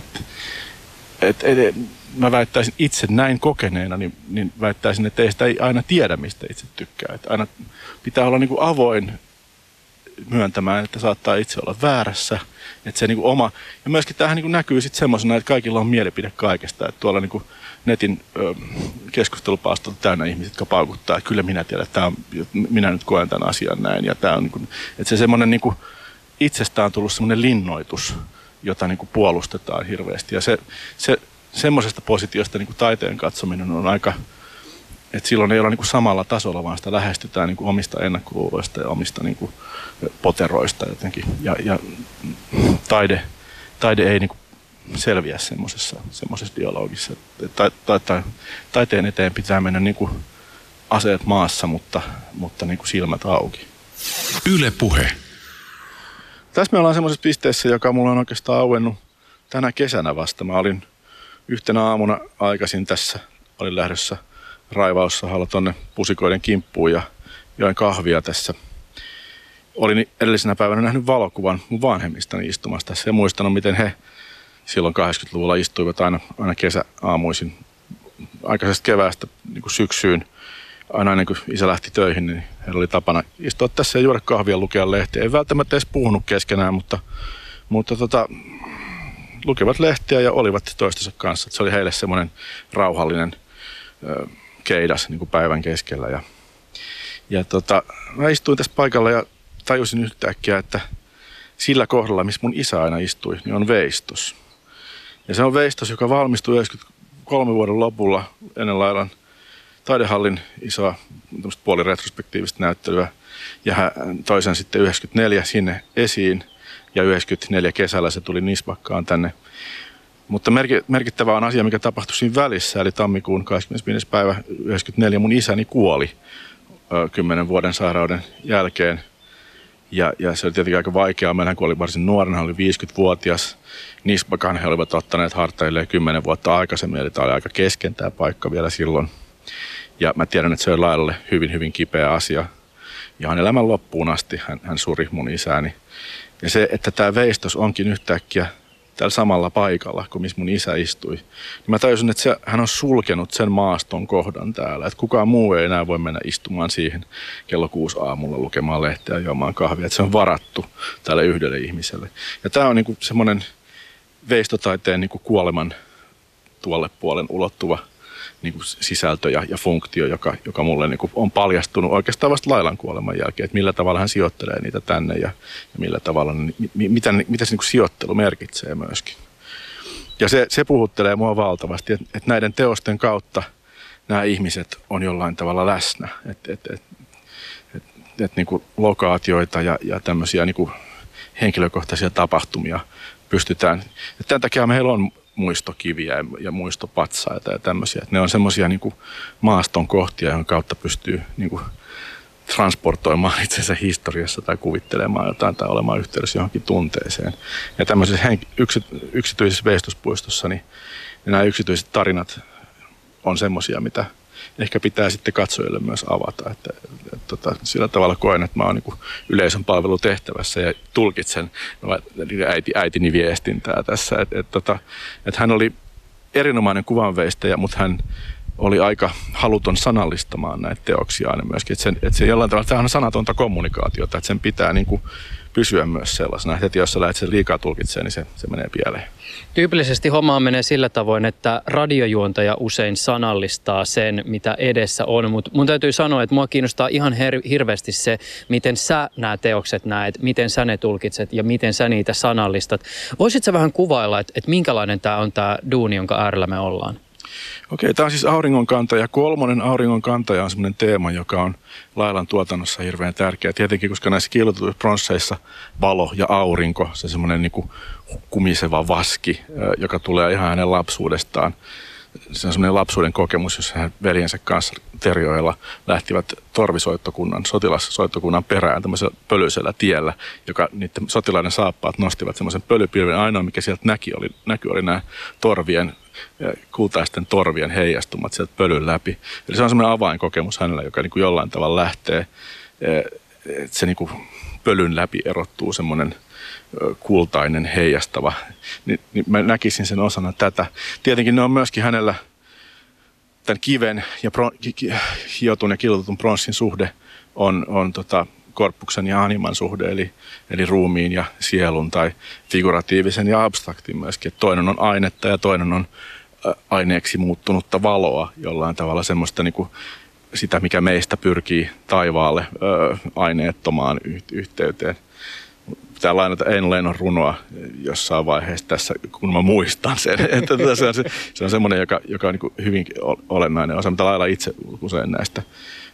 Mä väittäisin itse näin kokeneena, niin väittäisin, että ei sitä aina tiedä, mistä itse tykkää. Että aina pitää olla niin kuin avoin myöntämään, että saattaa itse olla väärässä. Että se niin kuin oma, ja myöskin tämähän niin kuin näkyy sitten semmoisena, että kaikilla on mielipide kaikesta. Että tuolla niin kuin netin keskustelupalstolla täynnä ihmiset, jotka paukuttaa, että kyllä minä tiedän, että minä nyt koen tämän asian näin. Ja tämä on, niin kuin, että se semmoinen niin kuin itsestään on tullut semmoinen linnoitus, jota niin kuin puolustetaan hirveästi. Ja semmoisesta positiosta niin kuin taiteen katsominen on aika, että silloin ei olla niin kuin samalla tasolla, vaan sitä lähestytään niin kuin omista ennakkoluuloista ja omista niin kuin poteroista jotenkin. Ja taide ei niin kuin selviä semmoisessa dialogissa. Taiteen eteen pitää mennä niin kuin aseet maassa, mutta niin kuin silmät auki. Yle Puhe. Tässä me ollaan semmoisessa pisteessä, joka mulla on oikeastaan auennut tänä kesänä vasta. Mä olin yhtenä aamuna aikaisin tässä, olin lähdössä raivaussahalla tonne pusikoiden kimppuun ja join kahvia tässä. Olin edellisenä päivänä nähnyt valokuvan mun vanhemmistani istumassa tässä ja muistanut, miten he silloin 80-luvulla istuivat aina kesäaamuisin aikaisesta keväästä niin kuin syksyyn. Aina ennen kuin isä lähti töihin, niin heillä oli tapana istua tässä ja juoda kahvia ja lukea lehteä. Ei välttämättä edes puhunut keskenään, mutta lukevat lehteä ja olivat toistensa kanssa. Se oli heille semmoinen rauhallinen keidas niin kuin päivän keskellä. Mä istuin tässä paikalla ja tajusin yhtäkkiä, että sillä kohdalla, missä mun isä aina istui, niin on veistos. Ja se on veistos, joka valmistui 93 vuoden lopulla ennen Lailan taidehallin isoa puoliretrospektiivista näyttelyä. Ja hän toi sen sitten 94 sinne esiin ja 94 kesällä se tuli Nisbakkaan tänne. Mutta merkittävä on asia, mikä tapahtui siinä välissä, eli tammikuun 25. päivä 94 mun isäni kuoli 10 vuoden sairauden jälkeen. Ja se oli tietenkin aika vaikeaa. Meillä kuoli varsin nuorena, hän oli 50-vuotias. Nisbakan he olivat ottaneet hartailleen 10 vuotta aikaisemmin, eli tämä oli aika kesken tämä paikka vielä silloin. Ja mä tiedän, että se oli Lailalle hyvin, hyvin kipeä asia. Ja hän elämän loppuun asti hän suri mun isääni. Ja se, että tämä veistos onkin yhtäkkiä täällä samalla paikalla, kuin missä mun isä istui, niin mä tajusin, että hän on sulkenut sen maaston kohdan täällä. Että kukaan muu ei enää voi mennä istumaan siihen kello 6 aamulla lukemaan lehteä ja juomaan kahvia. Että se on varattu tälle yhdelle ihmiselle. Ja tämä on niinku semmoinen veistotaiteen niinku kuoleman tuolle puolen ulottuva niin kuin sisältö ja funktio, joka mulle niin kuin on paljastunut oikeastaan vasta Lailan kuoleman jälkeen, että millä tavalla hän sijoittelee niitä tänne ja millä tavalla, mitä se niin kuin sijoittelu merkitsee myöskin. Ja se puhuttelee mua valtavasti, että näiden teosten kautta nämä ihmiset on jollain tavalla läsnä, että niin kuin lokaatioita ja tämmöisiä niin kuin henkilökohtaisia tapahtumia pystytään, että tämän takia meillä on muistokiviä ja muistopatsaita ja tämmöisiä. Että ne on semmoisia niin kuin maaston kohtia, joiden kautta pystyy niin kuin transportoimaan itsensä historiassa tai kuvittelemaan jotain tai olemaan yhteydessä johonkin tunteeseen. Ja tämmöisessä yksityisessä veistospuistossa niin nämä yksityiset tarinat on semmoisia, mitä ehkä pitää sitten katsojille myös avata. Että sillä tavalla koen, että mä oon niin yleisön palvelutehtävässä ja tulkitsen äitini viestintää tässä. Että hän oli erinomainen kuvanveistäjä, mutta hän oli aika haluton sanallistamaan näitä teoksiaan myöskin. Että se jollain tavalla, tämä on sanatonta kommunikaatiota, että sen pitää niin kuin pysyä myös sellaisena. Heti jos sä lähdet sen liikaa tulkitsemaan, niin se menee pieleen. Tyypillisesti hommaa menee sillä tavoin, että radiojuontaja usein sanallistaa sen, mitä edessä on, mutta mun täytyy sanoa, että mua kiinnostaa ihan hirveästi se, miten sä nämä teokset näet, miten sä ne tulkitset ja miten sä niitä sanallistat. Voisit sä vähän kuvailla, että minkälainen tämä on tämä duuni, jonka äärellä me ollaan? Okei, tämä on siis auringonkantaja. 3. auringonkantaja on semmoinen teema, joka on Lailan tuotannossa hirveän tärkeä. Tietenkin, koska näissä kiillotetuissa pronsseissa valo ja aurinko, se semmoinen niin kuin kumiseva vaski, joka tulee ihan hänen lapsuudestaan. se on semmoinen lapsuuden kokemus, jossa hän veljensä kanssa Terjoella lähtivät sotilassoittokunnan perään tämmöisellä pölyisellä tiellä, joka niiden sotilaiden saappaat nostivat semmoisen pölypilven. Ainoa, mikä sieltä näky oli nämä kultaisten torvien heijastumat sieltä pölyn läpi. Eli se on semmoinen avainkokemus hänellä, joka niin kuin jollain tavalla lähtee, että se niin kuin pölyn läpi erottuu semmoinen kultainen heijastava. Niin mä näkisin sen osana tätä. Tietenkin ne on myöskin hänellä tämän kiven ja hiotun ja kilotun pronssin suhde on korpuksen ja animan suhde, eli ruumiin ja sielun tai figuratiivisen ja abstraktin myöskin. Että toinen on ainetta ja toinen on aineeksi muuttunutta valoa jollain tavalla semmoista niin kuin sitä, mikä meistä pyrkii taivaalle aineettomaan yhteyteen. Pitää lainata Ain Lennon runoa jossain vaiheessa tässä, kun mä muistan sen. Että se on semmoinen, joka on niin hyvin olennainen osa, mitä lailla itse usein näistä.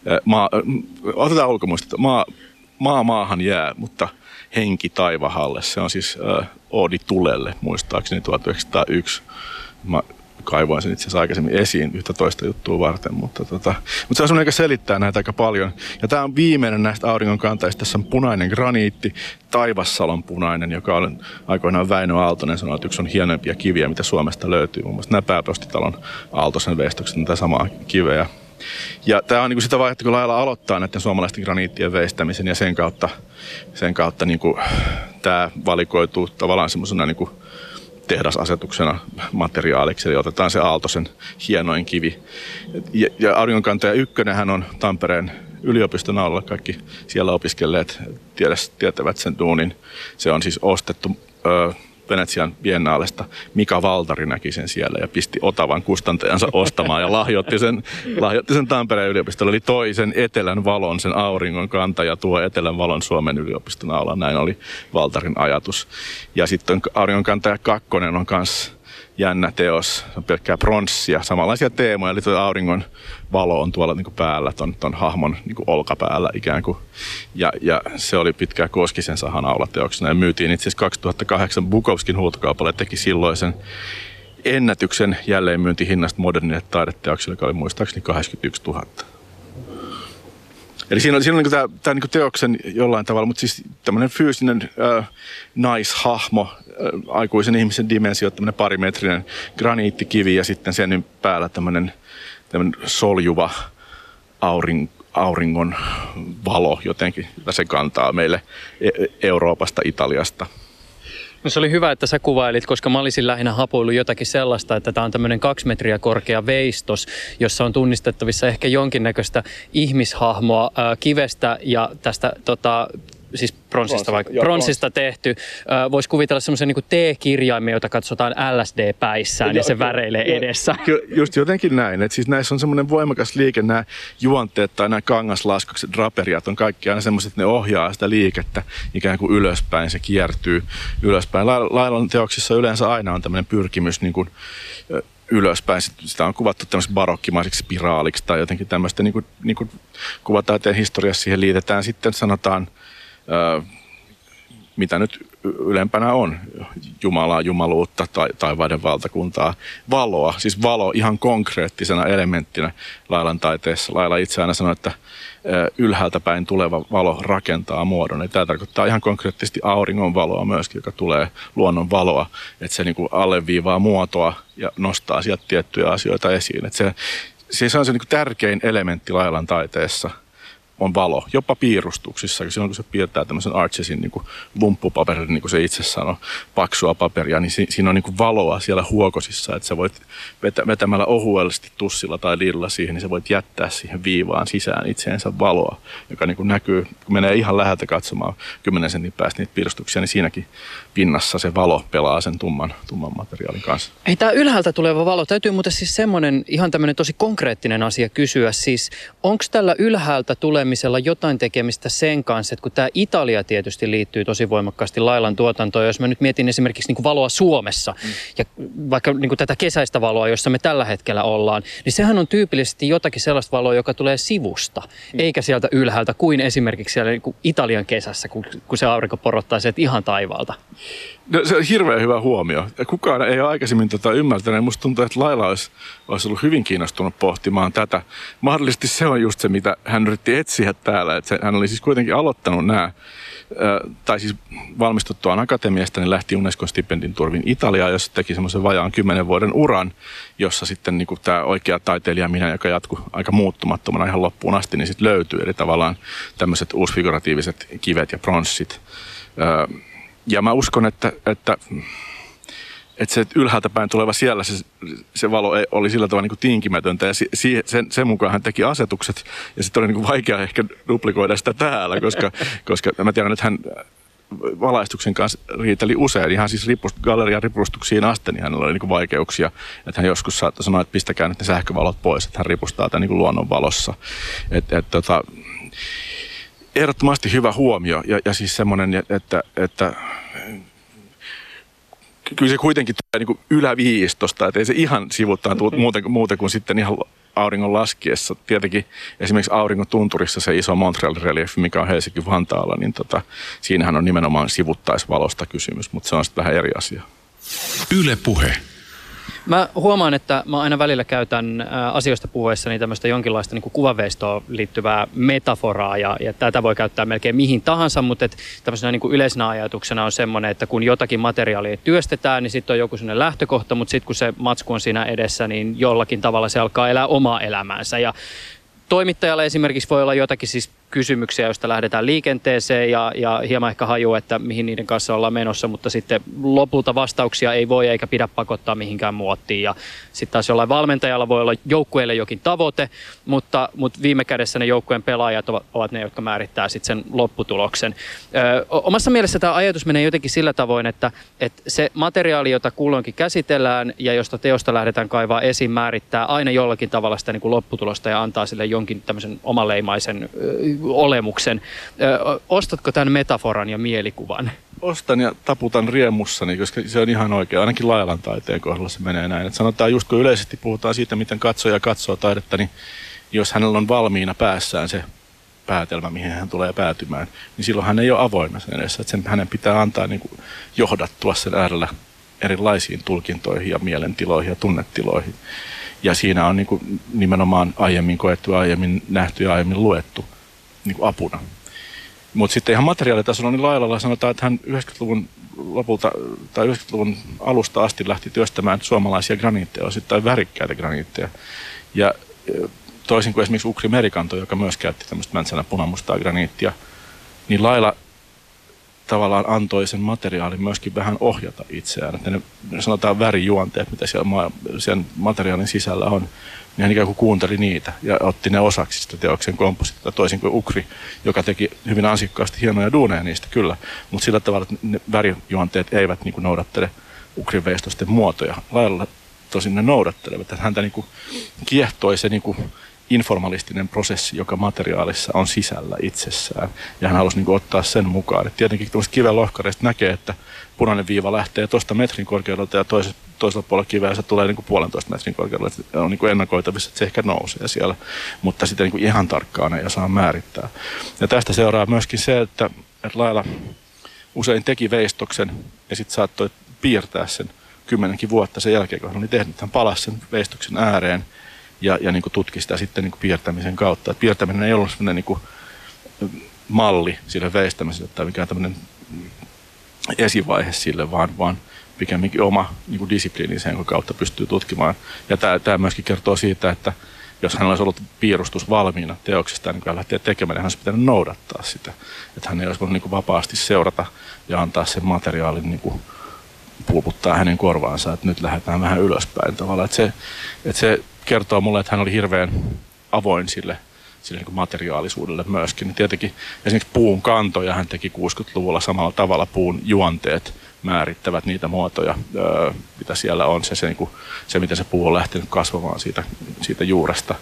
Otetaan ulkomuistista. Maahan jää, mutta henki taivahalle. Se on siis Oodi tulelle, muistaakseni 1901. Mä kaivoin sen itse asiassa aikaisemmin esiin yhtä toista juttua varten, mutta se on semmoinen, joka selittää näitä aika paljon. Ja tämä on viimeinen näistä auringonkantajista. Tässä on punainen graniitti, Taivassalon punainen, joka on aikoinaan Väinö Aaltonen sanoi, että yksi on hienoimpia kiviä, mitä Suomesta löytyy. Muun muassa nämä Pääpostitalon Aaltosen veistokset, tätä samaa kiveä. Ja tämä on niin kuin sitä vaihetta, kun lailla aloittaa näiden suomalaisten graniittien veistämisen ja sen kautta niin kuin tämä valikoituu tavallaan semmoisena niin kuin tehdasasetuksena materiaaliksi, eli otetaan se Aaltosen hienoin kivi. Ja auringonkantaja ykkönen on Tampereen yliopiston aulalla, kaikki siellä opiskelleet tietävät sen duunin. Se on siis ostettu Venetsian biennaalesta. Mika Valtari näki sen siellä ja pisti Otavan kustantajansa ostamaan ja lahjoitti sen Tampereen yliopistolle. Eli toisen etelän valon, sen auringon kantaja tuo etelän valon Suomen yliopiston aula. Näin oli Valtarin ajatus. Ja sitten auringon kantaja 2 on myös jännä teos. Se on pelkkää pronssia, samanlaisia teemoja. Eli tuo auringon valo on tuolla niin kuin päällä, ton hahmon niin kuin olkapäällä ikään kuin. Ja se oli pitkään Koskisen sahan aulateoksena ja myytiin itse asiassa 2008 Bukowskin huutokaupalle, teki silloisen ennätyksen jälleenmyyntihinnasta modernille taideteokselle, joka oli muistaakseni 81 000. Eli siinä on niin tämä niin teoksen jollain tavalla, mutta siis tämmöinen fyysinen naishahmo, aikuisen ihmisen dimensio, tämmöinen parimetrinen graniittikivi ja sitten sen päällä tämmöinen soljuva auringon valo jotenkin, jota se kantaa meille Euroopasta, Italiasta. No se oli hyvä, että sä kuvailit, koska mä olisin lähinnä hapoillut jotakin sellaista, että tämä on tämmöinen 2 metriä korkea veistos, jossa on tunnistettavissa ehkä jonkinnäköistä ihmishahmoa kivestä ja tästä siis pronssista tehty. Voisi kuvitella semmoisen niin T-kirjaimen, jota katsotaan LSD-päissään ja se väreilee edessä. Just jotenkin näin. Et siis näissä on semmoinen voimakas liike, nämä juonteet tai nämä kangaslaskokset, draperiat on kaikki aina semmoiset, että ne ohjaa sitä liikettä ikään kuin ylöspäin, se kiertyy ylöspäin. Lailon teoksissa yleensä aina on tämmöinen pyrkimys niin kuin ylöspäin. Sitä on kuvattu tämmöiseksi barokkimaiseksi spiraaliksi tai jotenkin tämmöistä, niin kuin kuvataiteen historiassa siihen liitetään sitten sanotaan, mitä nyt ylempänä on, Jumalaa, jumaluutta, taivaiden valtakuntaa, valoa, siis valo ihan konkreettisena elementtinä Lailan taiteessa. Laila itse aina sanoi, että ylhäältä päin tuleva valo rakentaa muodon. Ja tämä tarkoittaa ihan konkreettisesti auringon valoa myöskin, joka tulee luonnon valoa, että se niin kuin alleviivaa muotoa ja nostaa sieltä tiettyjä asioita esiin. Että se on se niin kuin tärkein elementti Lailan taiteessa. On valo, jopa piirustuksissa. Silloin kun se piirtää tämmöisen Archesin niin lumppupaperin, niin kuin se itse sanoi, paksua paperia, niin siinä on niin kuin valoa siellä huokosissa, että sä voit vetämällä ohuellisesti tussilla tai liidalla siihen, niin sä voit jättää siihen viivaan sisään itseensä valoa, joka niin kuin näkyy, kun menee ihan läheltä katsomaan 10 sentin päästä niitä piirustuksia, niin siinäkin pinnassa se valo pelaa sen tumman materiaalin kanssa. Ei, tämä ylhäältä tuleva valo, täytyy muuten siis semmoinen ihan tämmöinen tosi konkreettinen asia kysyä, siis onko tällä ylhäältä tuleminen lukemisella jotain tekemistä sen kanssa, että kun tämä Italia tietysti liittyy tosi voimakkaasti Lailan tuotantoon, jos mä nyt mietin esimerkiksi niin kuin valoa Suomessa ja vaikka niin kuin tätä kesäistä valoa, jossa me tällä hetkellä ollaan, niin sehän on tyypillisesti jotakin sellaista valoa, joka tulee sivusta, eikä sieltä ylhäältä kuin esimerkiksi siellä niin kuin Italian kesässä, kun se aurinko porottaa sieltä ihan taivaalta. No, se on hirveän hyvä huomio. Kukaan ei ole aikaisemmin ymmärtänyt. Musta tuntuu, että Laila olisi ollut hyvin kiinnostunut pohtimaan tätä. Mahdollisesti se on just se, mitä hän yritti etsiä täällä. Että hän oli siis kuitenkin aloittanut nämä, tai siis valmistuttuaan akatemiasta, niin lähti Unescon stipendin turvin Italiaan, jossa teki semmoisen vajaan 10 vuoden uran, jossa sitten niin kuin tämä oikea taiteilija minä, joka jatkui aika muuttumattomana ihan loppuun asti, niin sitten löytyy. Eli tavallaan tämmöiset uusfiguratiiviset kivet ja pronssit. Ja mä uskon, että se ylhäältä päin tuleva siellä se valo oli sillä tavalla niin kuin tinkimätöntä ja sen mukaan hän teki asetukset ja sitten oli niin kuin vaikea ehkä duplikoida sitä täällä, koska mä tiedän, että hän valaistuksen kanssa riiteli usein. Ihan siis gallerian ripustuksiin asti, niin hänellä oli niin kuin vaikeuksia. Että hän joskus saattoi sanoa, että pistäkää nyt ne sähkövalot pois, että hän ripustaa tämän niin kuin luonnon valossa. Ehdottomasti hyvä huomio ja siis semmoinen, että kyllä se kuitenkin tulee niin kuin yläviistosta, että ei se ihan sivuttaan muuten kuin sitten ihan auringon laskiessa. Tietenkin esimerkiksi auringon tunturissa se iso Montreal-reliefi, mikä on Helsinki-Vantaalla, niin siinähän on nimenomaan sivuttaisvalosta kysymys, mutta se on sitten vähän eri asia. Yle Puhe. Mä huomaan, että mä aina välillä käytän asioista puhuessani tämmöistä jonkinlaista niin kuin kuvaveistoon liittyvää metaforaa ja tätä voi käyttää melkein mihin tahansa, mutta tämmöisenä niin kuin yleisenä ajatuksena on semmoinen, että kun jotakin materiaalia työstetään, niin sitten on joku sellainen lähtökohta, mutta sitten kun se matsku on siinä edessä, niin jollakin tavalla se alkaa elää omaa elämäänsä ja toimittajalla esimerkiksi voi olla jotakin siis kysymyksiä, joista lähdetään liikenteeseen ja hieman ehkä haju, että mihin niiden kanssa ollaan menossa, mutta sitten lopulta vastauksia ei voi eikä pidä pakottaa mihinkään muottiin. Ja sitten taas jollain valmentajalla voi olla joukkueelle jokin tavoite, mutta viime kädessä ne joukkueen pelaajat ovat ne, jotka määrittää sitten sen lopputuloksen. Omassa mielessä tämä ajatus menee jotenkin sillä tavoin, että se materiaali, jota kulloinkin käsitellään ja josta teosta lähdetään kaivaa esiin, määrittää aina jollakin tavalla sitä niin kuin lopputulosta ja antaa sille jonkin tämmöisen omaleimaisen olemuksen. Ostatko tämän metaforan ja mielikuvan? Ostan ja taputan riemussani, koska se on ihan oikein. Ainakin Lailan taiteen kohdalla se menee näin. Että sanotaan just kun yleisesti puhutaan siitä, miten katsoja katsoo taidetta, niin jos hänellä on valmiina päässään se päätelmä, mihin hän tulee päätymään, niin silloin hän ei ole avoinna sen edessä. Että hänen pitää antaa niin kuin johdattua sen äärellä erilaisiin tulkintoihin ja mielentiloihin ja tunnetiloihin. Ja siinä on niin kuin nimenomaan aiemmin koettu, aiemmin nähty ja aiemmin luettu niin kuin apuna. Mutta sitten ihan materiaalitasolla niin Lailalla sanotaan, että hän 90-luvun lopulta tai 90-luvun alusta asti lähti työstämään suomalaisia graniitteja, osittain värikkäitä graniitteja. Ja toisin kuin esimerkiksi Ukri Merikanto, joka myös käytti tämmöistä mäntsänä punamustaa graniittia, niin Laila tavallaan antoi sen materiaalin myöskin vähän ohjata itseään. Että ne sanotaan värijuonteet, mitä siellä sen materiaalin sisällä on, niin hän ikään kuin kuunteli niitä ja otti ne osaksi sitä teoksen kompositiota, toisin kuin Ukri, joka teki hyvin ansiokkaasti hienoja duuneja niistä kyllä, mutta sillä tavalla, että ne värijuonteet eivät niin kuin noudattele Ukrin veistosten muotoja. Lailla tosin ne noudattelevat, että häntä niin kuin kiehtoi se niin kuin informalistinen prosessi, joka materiaalissa on sisällä itsessään. Ja hän halusi niin kuin ottaa sen mukaan. Et tietenkin tuollaisesta kiven lohkareista näkee, että punainen viiva lähtee tuosta metrin korkeudelta ja toisella puolella kiveä se tulee niin kuin 1,5 metrin korkeudelta. On niin kuin ennakoitavissa, että se ehkä nousee siellä. Mutta sitä niin kuin ihan tarkkaan ei osaa määrittää. Ja tästä seuraa myöskin se, että Laila usein teki veistoksen ja sitten saattoi piirtää sen 10 vuotta sen jälkeen, kun hän oli tehnyt. Hän palasi sen veistoksen ääreen ja niin kuin tutki sitä sitten niin kuin piirtämisen kautta. Et piirtäminen ei ollut sellainen niin kuin malli sille veistämiselle tai mikään tämmöinen esivaihe sille, vaan pikemminkin oma niin kuin disipliini, jonka kautta pystyy tutkimaan. Ja tämä myöskin kertoo siitä, että jos hän olisi ollut piirustus valmiina teoksestaan, niin kun hän lähtee tekemään, niin hän olisi pitänyt noudattaa sitä. Että hän ei olisi voinut niin kuin vapaasti seurata ja antaa sen materiaalin niin kuin pulputtaa hänen korvaansa, että nyt lähdetään vähän ylöspäin tavallaan. Että se kertoo mulle, että hän oli hirveän avoin sille niin kuin materiaalisuudelle myöskin. Tietenkin esimerkiksi puun kantoja hän teki 60-luvulla samalla tavalla. Puun juonteet määrittävät niitä muotoja, mitä siellä on. Se, miten se puu on lähtenyt kasvamaan siitä juuresta.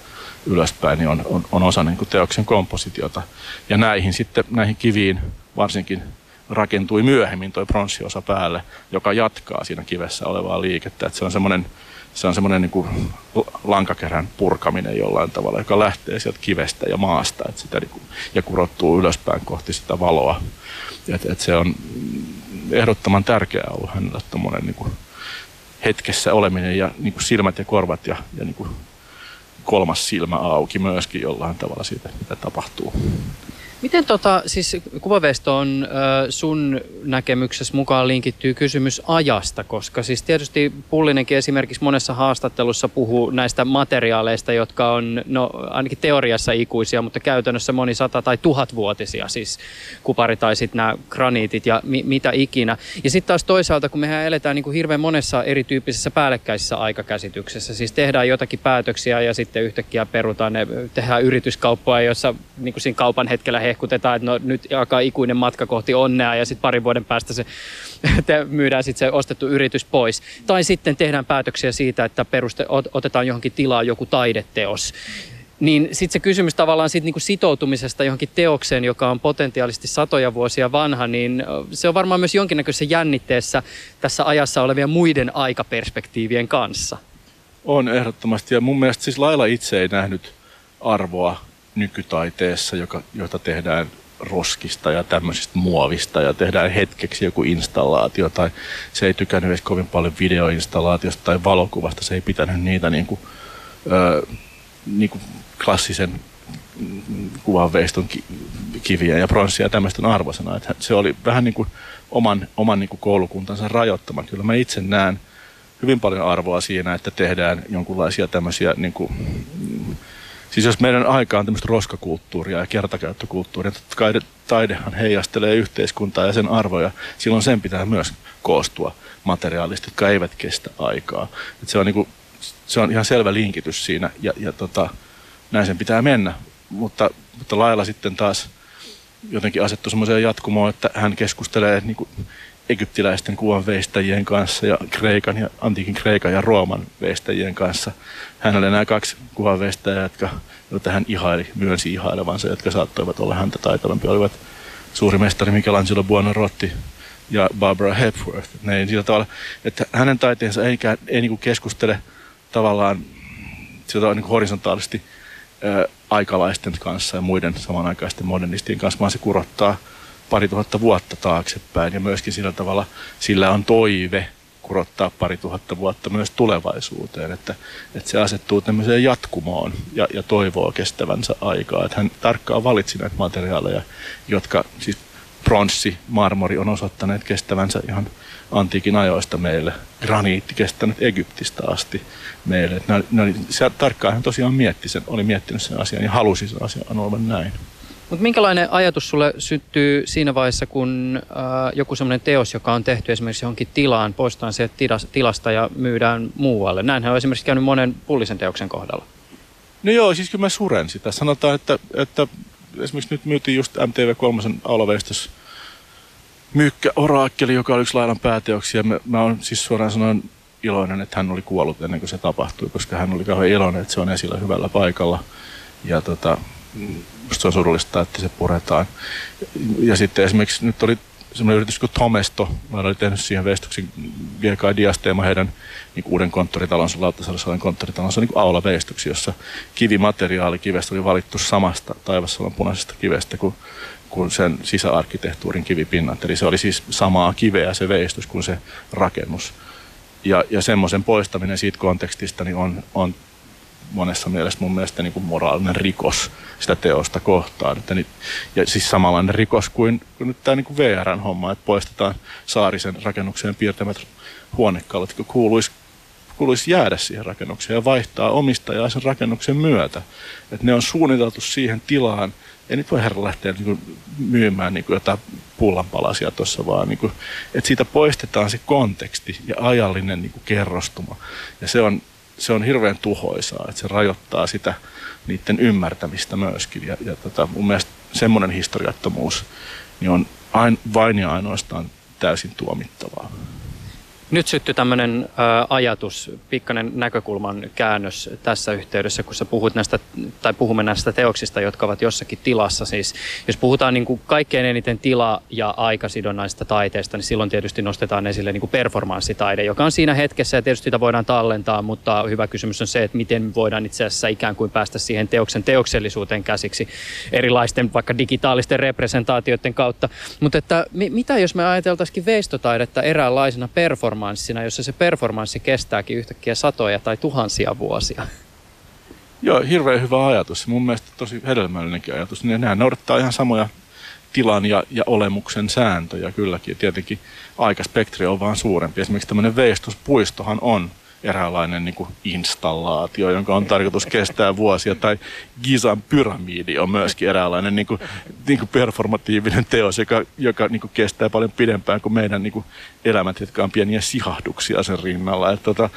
ylöspäin, niin on osa niin kuin teoksen kompositiota. Ja näihin kiviin varsinkin rakentui myöhemmin tuo pronssiosa päälle, joka jatkaa siinä kivessä olevaa liikettä. Että se on semmoinen niin kuin lankakerän purkaminen jollain tavalla, joka lähtee sieltä kivestä ja maasta että sitä, niin kuin, ja kurottuu ylöspäin kohti sitä valoa. Että se on ehdottoman tärkeää ollut hänellä tommoinen niin kuin hetkessä oleminen ja niin kuin silmät ja korvat ja niin kuin kolmas silmä auki myöskin jollain tavalla siitä, mitä tapahtuu. Miten siis kuvaveistoon sun näkemyksessä mukaan linkittyy kysymys ajasta, koska siis tietysti Pullinenkin esimerkiksi monessa haastattelussa puhuu näistä materiaaleista, jotka on ainakin teoriassa ikuisia, mutta käytännössä moni 100- tai 1000-vuotisia, siis kupari tai sitten nämä graniitit ja mitä ikinä. Ja sitten taas toisaalta, kun mehän eletään niin kuin hirveän monessa erityyppisessä päällekkäisessä aikakäsityksessä, siis tehdään jotakin päätöksiä ja sitten yhtäkkiä perutaan ne, tehdään yrityskauppaa, jossa niin kuin siinä kaupan hetkellä hehkutetaan, että no nyt alkaa ikuinen matka kohti onnea ja sitten parin vuoden päästä myydään sitten se ostettu yritys pois. Tai sitten tehdään päätöksiä siitä, että otetaan johonkin tilaan joku taideteos. Niin sitten se kysymys tavallaan siitä niinku sitoutumisesta johonkin teokseen, joka on potentiaalisesti satoja vuosia vanha, niin se on varmaan myös jonkinnäköisessä jännitteessä tässä ajassa olevien muiden aikaperspektiivien kanssa. On ehdottomasti ja mun mielestä siis Laila itse ei nähnyt arvoa nykytaiteessa, jota tehdään roskista ja tämmöisistä muovista ja tehdään hetkeksi joku installaatio tai se ei tykännyt edes kovin paljon videoinstallaatiosta tai valokuvasta, se ei pitänyt niitä niin kuin klassisen kuvanveiston kiviä ja pronssia ja tämmöisten arvoisena. Että se oli vähän niin kuin oman niin kuin koulukuntansa rajoittama. Kyllä mä itse näen hyvin paljon arvoa siinä, että tehdään jonkunlaisia tämmöisiä niin kuin, siis jos meidän aika on tämmöistä roskakulttuuria ja kertakäyttökulttuuria, totta kai taidehan heijastelee yhteiskuntaa ja sen arvoja, silloin sen pitää myös koostua materiaalista, jotka eivät kestä aikaa. Et se on ihan selvä linkitys siinä ja näin sen pitää mennä, mutta Laila sitten taas jotenkin asettui semmoiseen jatkumoon, että hän keskustelee niin kuin egyptiläisten kuvanveistäjien kanssa ja antiikin Kreikan ja Rooman veistäjien kanssa. Hän oli nämä kaksi kuvanveistäjää, joita hän myönsi ihailevansa, jotka saattoivat olla häntä taitavampia, olivat suuri mestari Michelangelo Buonarroti ja Barbara Hepworth. Ne sillä tavalla, että hänen taiteensa ei niin kuin keskustele tavallaan sillä niin kuin horisontaalisesti aikalaisten kanssa ja muiden samanaikaisten modernistien kanssa, vaan se kurottaa 2000 vuotta taaksepäin ja myöskin sillä tavalla sillä on toive kurottaa 2000 vuotta myös tulevaisuuteen, että se asettuu tämmöiseen jatkumoon ja toivoo kestävänsä aikaa. Että hän tarkkaan valitsi näitä materiaaleja, jotka siis pronssi, marmori on osoittaneet kestävänsä ihan antiikin ajoista meille. Graniitti kestänyt Egyptistä asti meille. Tarkkaan hän tosiaan oli miettinyt sen asian ja halusi sen asian olevan näin. Mutta minkälainen ajatus sulle syttyy siinä vaiheessa, kun joku sellainen teos, joka on tehty esimerkiksi johonkin tilaan, poistetaan sieltä tilasta ja myydään muualle? Näinhän on esimerkiksi käynyt monen Pullisen teoksen kohdalla. No joo, siis kyllä mä suren sitä. Sanotaan, että esimerkiksi nyt myytiin just MTV3 aulaveistos Myykkä Oraakkeli, joka oli yksi Lailan pääteoksia. Mä oon siis suoraan sanoen iloinen, että hän oli kuollut ennen kuin se tapahtui, koska hän oli kauhean iloinen, että se on esillä hyvällä paikalla. Ja se on surullista, että se puretaan. Ja sitten esimerkiksi nyt oli semmoinen yritys kuin Tomesto. Mä olin tehnyt siihen veistoksen GK Diastema heidän niin uuden konttoritalonsa, Lauttasaaren konttoritalonsa niin aulaveistoksia, jossa kivimateriaali kivestä oli valittu samasta Taivassalon punaisesta kivestä kuin sen sisäarkkitehtuurin kivipinnat. Eli se oli siis samaa kiveä se veistos kuin se rakennus. Ja semmoisen poistaminen siitä kontekstista niin on monessa mielessä mun mielestä niin kuin moraalinen rikos sitä teosta kohtaan. Ja siis samanlainen rikos kuin nyt tämä niin VR:n homma, että poistetaan Saarisen rakennukseen piirtämät huonekalut, jotka kuuluisi jäädä siihen rakennukseen ja vaihtaa omistajaa sen rakennuksen myötä. Että ne on suunniteltu siihen tilaan. Ei nyt voi herra lähteä myymään jotain pullanpalasia tuossa, vaan että siitä poistetaan se konteksti ja ajallinen kerrostuma. Ja se on hirveän tuhoisaa, että se rajoittaa sitä niiden ymmärtämistä myöskin. Ja mun mielestä semmoinen historiattomuus niin on vain ja ainoastaan täysin tuomittavaa. Nyt syttyi tämmöinen ajatus, pikkainen näkökulman käännös tässä yhteydessä, kun sä puhut näistä, tai puhumme näistä teoksista, jotka ovat jossakin tilassa. Siis, jos puhutaan niin kuin kaikkein eniten tila- ja aikasidonnaisista taiteista, niin silloin tietysti nostetaan esille niin kuin performanssitaide, joka on siinä hetkessä ja tietysti sitä voidaan tallentaa, mutta hyvä kysymys on se, että miten voidaan itse asiassa ikään kuin päästä siihen teoksen teoksellisuuteen käsiksi erilaisten vaikka digitaalisten representaatioiden kautta. Mutta että mitä jos me ajateltaisikin veistotaidetta eräänlaisena performanssina, jossa se performanssi kestääkin yhtäkkiä satoja tai tuhansia vuosia? Joo, hirveän hyvä ajatus. Mun mielestä tosi hedelmällinenkin ajatus. Nämä noudattaa ihan samoja tilan ja olemuksen sääntöjä kylläkin. Ja tietenkin aikaspektri on vaan suurempi. Esimerkiksi tämmöinen veistospuistohan on eräänlainen niin kuin installaatio, jonka on tarkoitus kestää vuosia. Tai Gizan pyramidi on myöskin eräänlainen niin kuin performatiivinen teos, joka niin kuin kestää paljon pidempään kuin meidän niin kuin elämät, jotka on pieniä sihahduksia sen rinnalla.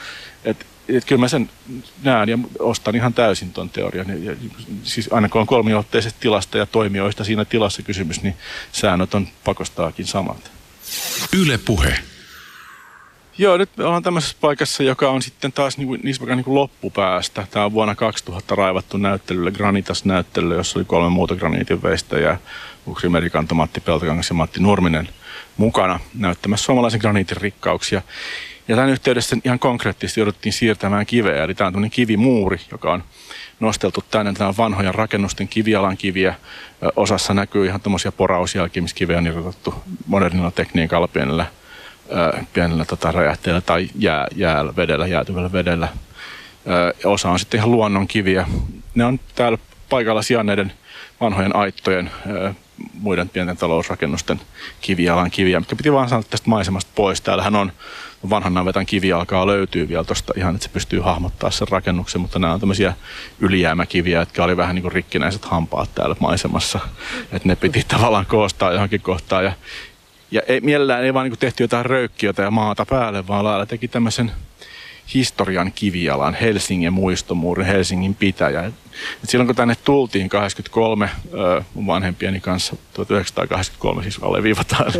Et kyllä mä sen näen ja ostan ihan täysin ton teorian. Ja siis aina kun on kolmiulotteisesta tilasta ja toimijoista siinä tilassa kysymys, niin säännöt on pakostaakin samat. Yle Puhe. Joo, nyt me ollaan tämmöisessä paikassa, joka on sitten taas niin loppupäästä. Tämä on vuonna 2000 raivattu näyttelylle, Granitas-näyttelylle, jossa oli 3 muuta graniitin veistäjää, Ukri Merikanto, Matti Peltokangas ja Matti Nurminen mukana näyttämässä suomalaisen graniitin rikkauksia. Ja tämän yhteydessä ihan konkreettisesti jouduttiin siirtämään kiveä, eli tämä on tämmöinen kivimuuri, joka on nosteltu tänne. Tämä on vanhojen rakennusten kivialan kiviä. Osassa näkyy ihan tämmöisiä porausjälkiä, missä kiveä on irrotettu modernilla tekniikalla pienellä räjähteellä tai jäätyvällä vedellä. Osa on sitten ihan luonnon kiviä. Ne on täällä paikalla sijainneiden vanhojen aittojen, muiden pienten talousrakennusten kivialan kiviä, mikä piti vaan saada tästä maisemasta pois. Täällähän on vanhan navetan kivijalkaa löytyy vielä tuosta ihan, että se pystyy hahmottaa sen rakennuksen, mutta nämä on tämmöisiä ylijäämäkiviä, jotka oli vähän niin kuin rikkinäiset hampaat täällä maisemassa. Että ne piti tavallaan koostaa johonkin kohtaan ja mielellään ei vaan niin kuin tehty jotain röykkiötä ja maata päälle, vaan lailla teki tämmöisen historian kivijalan, Helsingin muistomuurin, Helsingin pitäjä. Et silloin kun tänne tultiin 83 mun vanhempieni kanssa, 1983 siis alleviivataan,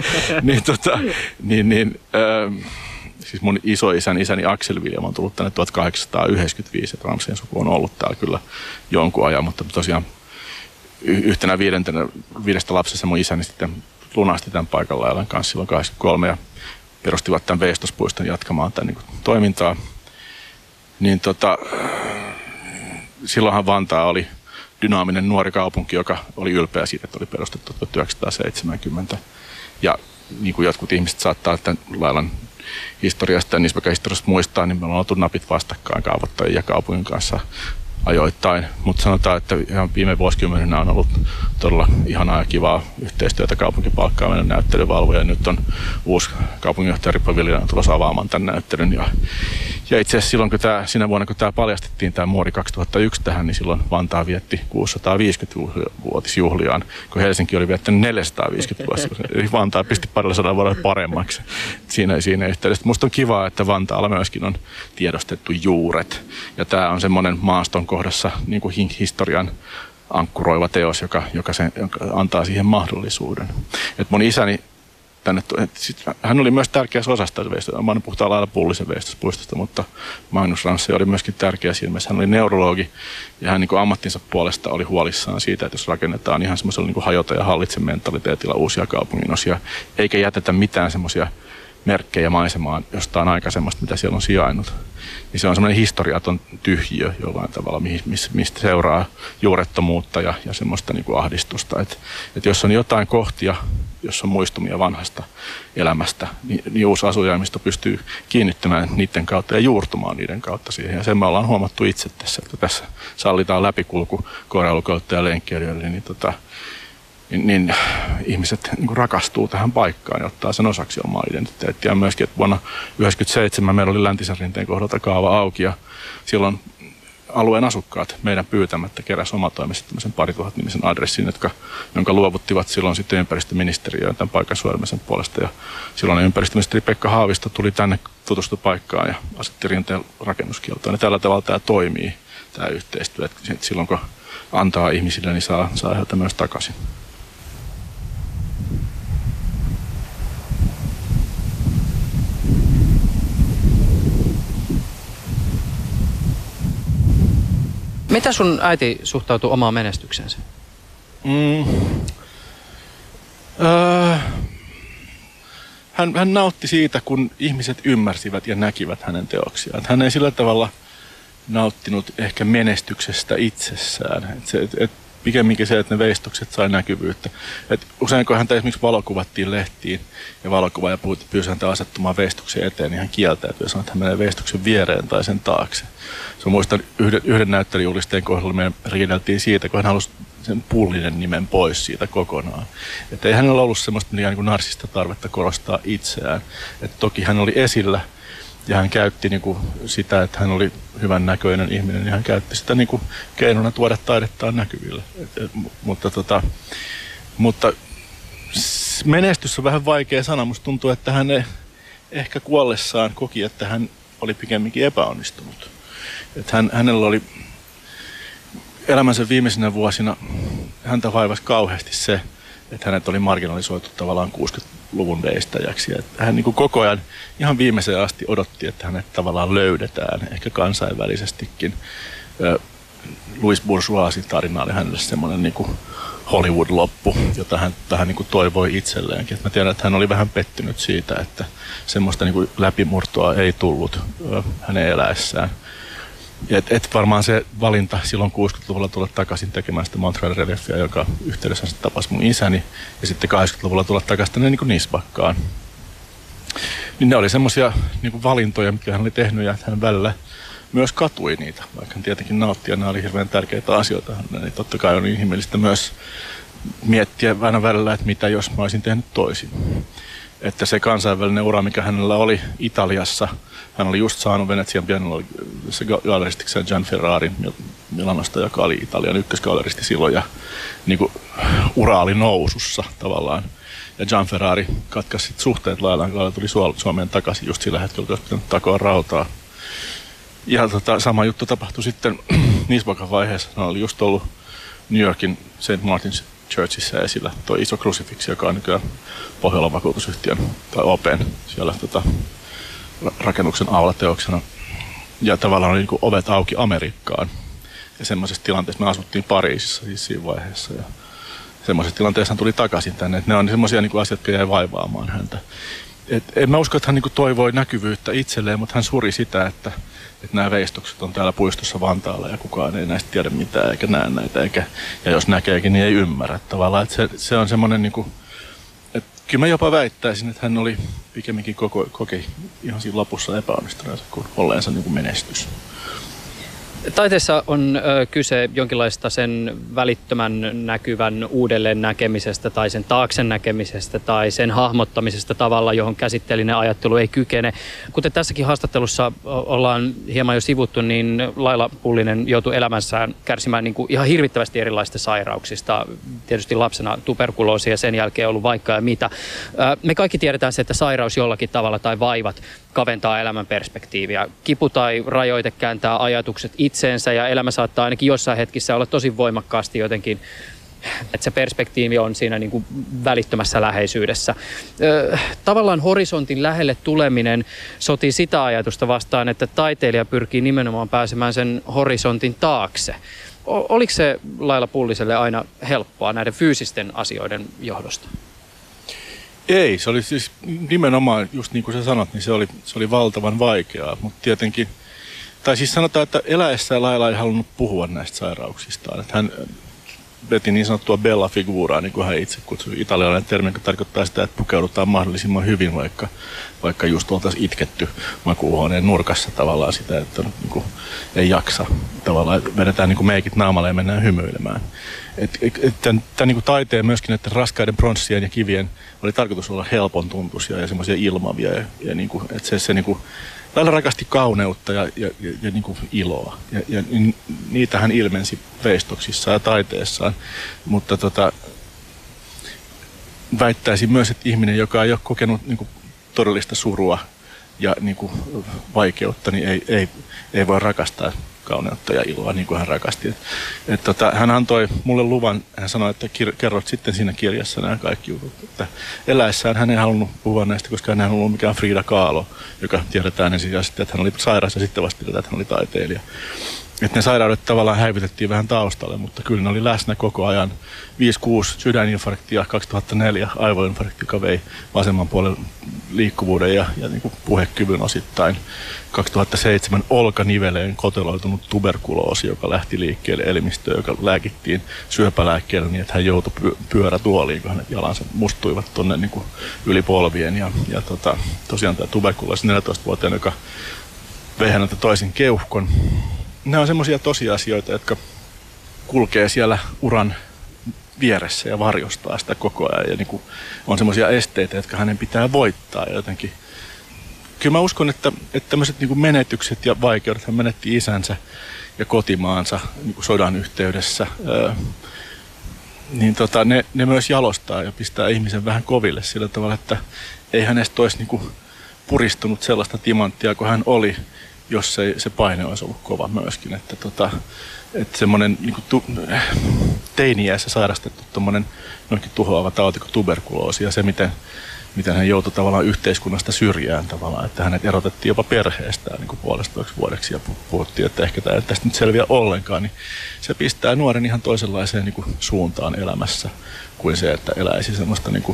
siis mun isäni Aksel William on tullut tänne 1895, että Ramseen suku on ollut täällä kyllä jonkun ajan, mutta tosiaan yhtenä 5 lapsessa mun isäni sitten lunasti tämän paikalla kanssa silloin 83 ja perustivat tämän veistospuiston jatkamaan tämän toimintaa. Niin silloinhan Vantaa oli dynaaminen nuori kaupunki, joka oli ylpeä siitä, että oli perustettu 1970. Ja niin kuin jotkut ihmiset saattaa tämän lailan historiasta ja Nisbakan historiasta muistaa, niin me ollaan oltu napit vastakkain kaavoittajien ja kaupungin kanssa ajoittain. Mutta sanotaan, että ihan viime vuosikymmeninä on ollut todella ihanaa ja kivaa yhteistyötä kaupunki palkkaa meidän näyttelyvalvoja. Nyt on uusi kaupunginjohtaja Ripa Viljanen tulossa avaamaan tämän näyttelyn. Ja itse asiassa silloin, sinä vuonna kun tämä paljastettiin, tämä muori 2001 tähän, niin silloin Vantaa vietti 650-vuotisjuhliaan, kun Helsinki oli viettänyt 450 vuosia. Eli Vantaa pisti 200 vuodella paremmaksi siinä yhteydessä. Musta on kivaa, että Vantaalla myöskin on tiedostettu juuret. Ja tämä on semmoinen maaston kohdassa niin kuin historian ankkuroiva teos, joka antaa siihen mahdollisuuden. Et mun isäni hän oli myös tärkeässä osassa tästä mä puhutaan lailla Pullisen veistospuistosta, mutta Magnus Ransse oli myöskin tärkeä siinä mielessä. Hän oli neurologi ja hän niin kuin ammattinsa puolesta oli huolissaan siitä, että jos rakennetaan ihan semmoisella niin kuin hajota ja hallitse mentaliteetilla uusia kaupunginosia, eikä jätetä mitään semmoisia merkkejä maisemaan jostain aikaisemmasta, mitä siellä on sijainnut. Niin se on semmoinen historiaton tyhjiö jollain tavalla, mistä seuraa juurettomuutta ja semmoista niin kuin ahdistusta. Et jos on jotain kohtia, jos on muistumia vanhasta elämästä, niin uusi asujaimisto pystyy kiinnittymään niiden kautta ja juurtumaan niiden kautta siihen. Ja sen me ollaan huomattu itse tässä, että tässä sallitaan läpikulku koirailukautta ja lenkkeilijöille, niin ihmiset niin kuin rakastuu tähän paikkaan ja ottaa sen osaksi omaa identiteettiä. Myöskin, että vuonna 1997 meillä oli Läntisen rinteen kohdalta kaava auki ja silloin alueen asukkaat meidän pyytämättä keräsi omatoimisesti tämmöisen 2000-nimisen adressin, jonka luovuttivat silloin sitten ympäristöministeriöön tämän paikan suojelmisen puolesta. Ja silloin ympäristöministeri Pekka Haavisto tuli tänne tutustupaikkaan ja asetti rinteen rakennuskieltoon. Ja tällä tavalla tämä toimii, tämä yhteistyö. Että silloin kun antaa ihmisille, niin saa heiltä myös takaisin. Mitä sun äiti suhtautuu omaan menestyksensä? Hän nautti siitä, kun ihmiset ymmärsivät ja näkivät hänen teoksiaan. Hän ei sillä tavalla nauttinut ehkä menestyksestä itsessään. Pikemminkin se, että ne veistokset sai näkyvyyttä. Usein kun häntä esimerkiksi valokuvattiin lehtiin ja valokuvaaja pyysi häntä asettumaan veistoksen eteen, niin hän kieltäytyi ja sanoi, että hän menee veistoksen viereen tai sen taakse. Se muistan yhden näyttelijäjulisteen kohdalla me riideltiin siitä, kun hän halusi sen Pullinen nimen pois siitä kokonaan. Että ei hänellä ollut semmoista niin kuin narsista tarvetta korostaa itseään. Että toki hän oli esillä ja hän käytti niin kuin sitä, että hän oli hyvän näköinen ihminen, niin hän käytti sitä niin kuin keinona tuoda taidettaan näkyville. Mutta menestys on vähän vaikea sana. Musta tuntuu, että hän ehkä kuollessaan koki, että hän oli pikemminkin epäonnistunut. Että hänellä oli elämänsä viimeisinä vuosina, häntä vaivasi kauheasti se, että hänet oli marginalisoitu tavallaan 60-luvun veistäjäksi. Että hän niin kuin koko ajan ihan viimeiseen asti odotti, että hänet tavallaan löydetään, ehkä kansainvälisestikin. Louis Bourgeoisin tarina oli hänelle semmoinen niin kuin Hollywood-loppu, jota hän vähän niin kuin toivoi itselleenkin. Mä tiedän, että hän oli vähän pettynyt siitä, että semmoista niin kuin läpimurtoa ei tullut hänen eläessään. Et varmaan se valinta silloin 60-luvulla tulla takaisin tekemään sitä Montreal-relieffiä, joka yhteydessä tapasi mun isäni, ja sitten 80-luvulla tulla takaisin tänne niin Nisbakkaan. Niin ne oli semmoisia niin valintoja, mitkä hän oli tehnyt, ja hän välillä myös katui niitä, vaikka hän tietenkin nautti, ja nämä oli hirveän tärkeitä asioita. Niin totta kai on inhimillistä myös miettiä aina välillä, että mitä jos mä olisin tehnyt toisin. Että se kansainvälinen ura, mikä hänellä oli Italiassa, hän oli just saanut Venetsian pienellä se galleristiksi Gianferrarin Milanosta, joka oli Italian ykkösgalleristi silloin, ja niin kuin ura oli nousussa tavallaan. Ja Gianferrari katkaisi sitten suhteet laillaan, kun tuli Suomeen takaisin just sillä hetkellä, kun olisi pitänyt takoa rautaa. Ja sama juttu tapahtui sitten Nisbakan vaiheessa. Hän oli just ollut New Yorkin St. Martin's Churchissa esillä tuo iso krusifiksi, joka on nykyään Pohjolan vakuutusyhtiön tai Open siellä rakennuksen aulateoksena. Ja tavallaan oli niin kuin ovet auki Amerikkaan. Ja semmoisessa tilanteessa me asuttiin Pariisissa siis siinä vaiheessa. Ja semmoisessa tilanteessa hän tuli takaisin tänne. Et ne on semmoisia niin kuin asiat, jotka jäi vaivaamaan häntä. En mä usko, että hän niin kuin toivoi näkyvyyttä itselleen, mutta hän suri sitä, että nämä veistokset on täällä puistossa Vantaalla ja kukaan ei näistä tiedä mitään eikä näe näitä. Ja jos näkeekin, niin ei ymmärrä tavallaan. Että se on semmoinen, niin kuin, että kyllä mä jopa väittäisin, että hän oli pikemminkin koki ihan siinä lopussa epäonnistuneensa kuin olleensa niin kuin menestys. Taiteessa on kyse jonkinlaista sen välittömän näkyvän uudelleen näkemisestä tai sen taakse näkemisestä tai sen hahmottamisesta tavalla, johon käsitteellinen ajattelu ei kykene. Kuten tässäkin haastattelussa ollaan hieman jo sivuttu, niin Laila Pullinen joutui elämässään kärsimään niin kuin ihan hirvittävästi erilaisista sairauksista. Tietysti lapsena tuberkuloosi ja sen jälkeen ollut vaikka ja mitä. Me kaikki tiedetään se, että sairaus jollakin tavalla tai vaivat kaventaa elämän perspektiiviä. Kipu tai rajoite kääntää ajatukset itseensä ja elämä saattaa ainakin jossain hetkissä olla tosi voimakkaasti jotenkin, että se perspektiivi on siinä niin kuin välittömässä läheisyydessä. Tavallaan horisontin lähelle tuleminen sotii sitä ajatusta vastaan, että taiteilija pyrkii nimenomaan pääsemään sen horisontin taakse. Oliko se Laila Pulliselle aina helppoa näiden fyysisten asioiden johdosta? Ei, se oli siis nimenomaan, just niin kuin sä sanot, niin se oli valtavan vaikeaa, mutta tietenkin, tai siis sanotaan, että eläessään Laila ei halunnut puhua näistä sairauksistaan, että hän veti niin sanottua bella figuraa, niin kuin hän itse kutsui, italialainen termi, joka tarkoittaa sitä, että pukeudutaan mahdollisimman hyvin, vaikka just oltaisiin itketty makuuhuoneen nurkassa tavallaan sitä, että niin kuin ei jaksa tavallaan, vedetään niin kuin meikit naamalle ja mennään hymyilemään. Tämän niin kuin taiteen myöskin, että raskaiden pronssien ja kivien oli tarkoitus olla helpon tuntuisia ja semmoisia ilmavia ja niin kuin, että se niin kuin Laila rakasti kauneutta ja niin kuin iloa. Ja niitä hän ilmensi veistoksissa ja taiteessaan. Mutta väittäisin myös, että ihminen, joka ei ole kokenut niin kuin todellista surua ja niin kuin vaikeutta, niin ei voi rakastaa kauneutta ja iloa niin kuin hän rakasti. Hän antoi mulle luvan, hän sanoi, että kerrot sitten siinä kirjassa nämä kaikki jutut. Että eläessään hän ei halunnut puhua näistä, koska hän ei ollut mikään Frida Kahlo, joka tiedetään ensisijaisesti, että hän oli sairas ja sitten vasta, että hän oli taiteilija. että ne sairaudet tavallaan häivytettiin vähän taustalle, mutta kyllä ne oli läsnä koko ajan. 5-6 sydäninfarktia, 2004 aivoinfarkti, joka vei vasemman puolen liikkuvuuden ja niin kuin puhekyvyn osittain. 2007 olkaniveleen koteloitunut tuberkuloosi, joka lähti liikkeelle elimistöön, joka lääkittiin syöpälääkkeellä niin, että hän joutui pyörätuoliin, kun hänet jalansa mustuivat tuonne niin kuin yli polvien. Ja tosiaan tämä tuberkuloosi 14-vuotiaana, joka vei häneltä toisen keuhkon. Nämä on semmoisia tosiasioita, jotka kulkee siellä uran vieressä ja varjostaa sitä koko ajan. Ja niin kuin on semmoisia esteitä, jotka hänen pitää voittaa jotenkin. Kyllä mä uskon, että tämmöiset niin kuin menetykset ja vaikeudet, hän menetti isänsä ja kotimaansa niin kuin sodan yhteydessä, niin ne myös jalostaa ja pistää ihmisen vähän koville sillä tavalla, että ei hänestä olisi niin kuin puristunut sellaista timanttia kuin hän oli, jos ei se paine olisi ollut kova myöskin. Että semmoinen niin teini-iässä sairastettu tommoinen noinkin tuhoava tauti kuin tuberkuloosi ja se, miten hän joutui tavallaan yhteiskunnasta syrjään tavallaan, että hänet erotettiin jopa perheestään niin 1,5 vuodeksi ja puhuttiin, että ehkä tämä ei tästä nyt selviä ollenkaan, niin se pistää nuoren ihan toisenlaiseen niin kuin suuntaan elämässä kuin se, että eläisi semmoista niin kuin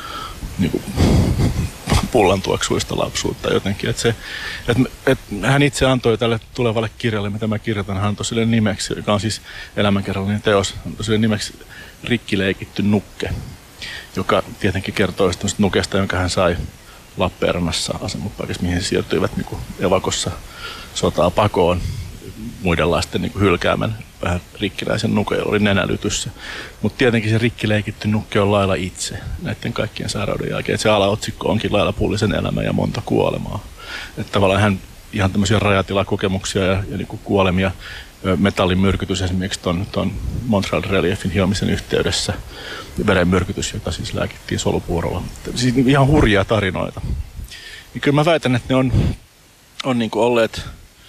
pullantuoksuista lapsuutta jotenkin. Että hän itse antoi tälle tulevalle kirjalle, mitä mä kirjoitan, hän antoi sille nimeksi, joka on siis elämänkerrallinen teos, antoi sille nimeksi Rikkileikitty nukke, joka tietenkin kertoo tämmöistä nukesta, jonka hän sai Lappeenrannassa asemapaikassa, mihin he siirtyivät niin kuin evakossa sotaa pakoon muiden lasten niin kuin hylkäämän vähän rikkiläisen nuke, jolla oli nenälytyssä. Mutta tietenkin se rikkileikitty nukke on lailla itse näiden kaikkien sairauden jälkeen. Et se alaotsikko onkin lailla Pullisen elämä ja monta kuolemaa. Että tavallaan hän ihan tämmöisiä rajatilakokemuksia ja niin kuin kuolemia, metallimyrkytys esimerkiksi ton Montreal reliefin hiomisen yhteydessä, verenmyrkytys, jota siis lääkittiin solupuurolla. Siis ihan hurjia tarinoita. Ja kyllä mä väitän, että ne on niin kuin olleet,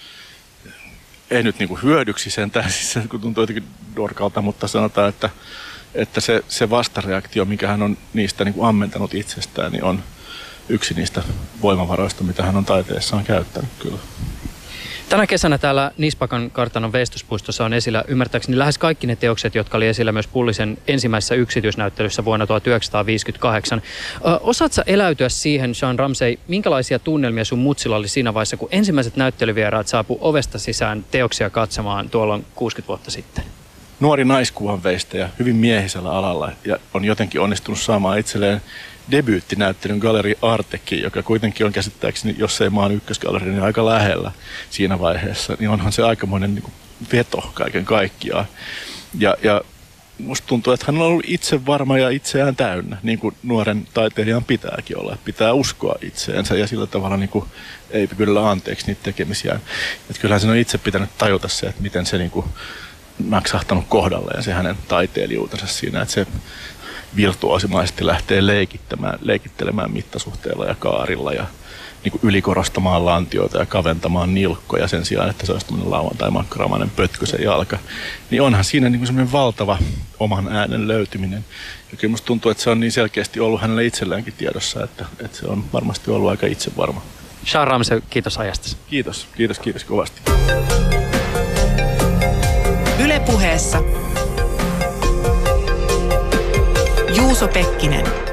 ei nyt niin kuin hyödyksi sentään, siis kun tuntuu jotenkin dorkalta, mutta sanotaan, että se vastareaktio, mikä hän on niistä niin kuin ammentanut itsestään, niin on yksi niistä voimavaroista, mitä hän on taiteessaan käyttänyt kyllä. Tänä kesänä täällä Nispakan kartanon veistospuistossa on esillä ymmärtääkseni lähes kaikki ne teokset, jotka oli esillä myös Pullisen ensimmäisessä yksityisnäyttelyssä vuonna 1958. Osaatko eläytyä siihen, Jean Ramsay, minkälaisia tunnelmia sun mutsilla oli siinä vaiheessa, kun ensimmäiset näyttelyvieraat saapui ovesta sisään teoksia katsomaan tuolloin 60 vuotta sitten? Nuori naiskuvanveistäjä hyvin miehisellä alalla ja on jotenkin onnistunut saamaan itselleen debyyttinäyttelyn Gallery Artekin, joka kuitenkin on käsittääkseni, jos ei maan ykkösgalleri, niin aika lähellä siinä vaiheessa, niin onhan se aikamoinen niin kuin veto kaiken kaikkiaan. Ja musta tuntuu, että hän on ollut itse varma ja itseään täynnä, niin kuin nuoren taiteilijan pitääkin olla. Pitää uskoa itseensä ja sillä tavalla niin kuin ei kyllä anteeksi niitä tekemisiään. Että kyllähän sen on itse pitänyt tajuta se, että miten se niin kuin naksahtanut kohdalleen se hänen taiteilijuutensa siinä, että se virtuosimaisesti lähtee leikittelemään mittasuhteilla ja kaarilla ja niin kuin ylikorostamaan lantioita ja kaventamaan nilkkoja sen sijaan, että se olisi tämmöinen lauantai-makkaramainen pötkösen jalka. Niin onhan siinä niin kuin semmoinen valtava oman äänen löytyminen. Ja kyllä musta tuntuu, että se on niin selkeästi ollut hänelle itselläänkin tiedossa, että se on varmasti ollut aika itsevarma. Jean Ramsay, kiitos ajastasi. Kiitos kovasti. Yle Puheessa Juuso Pekkinen.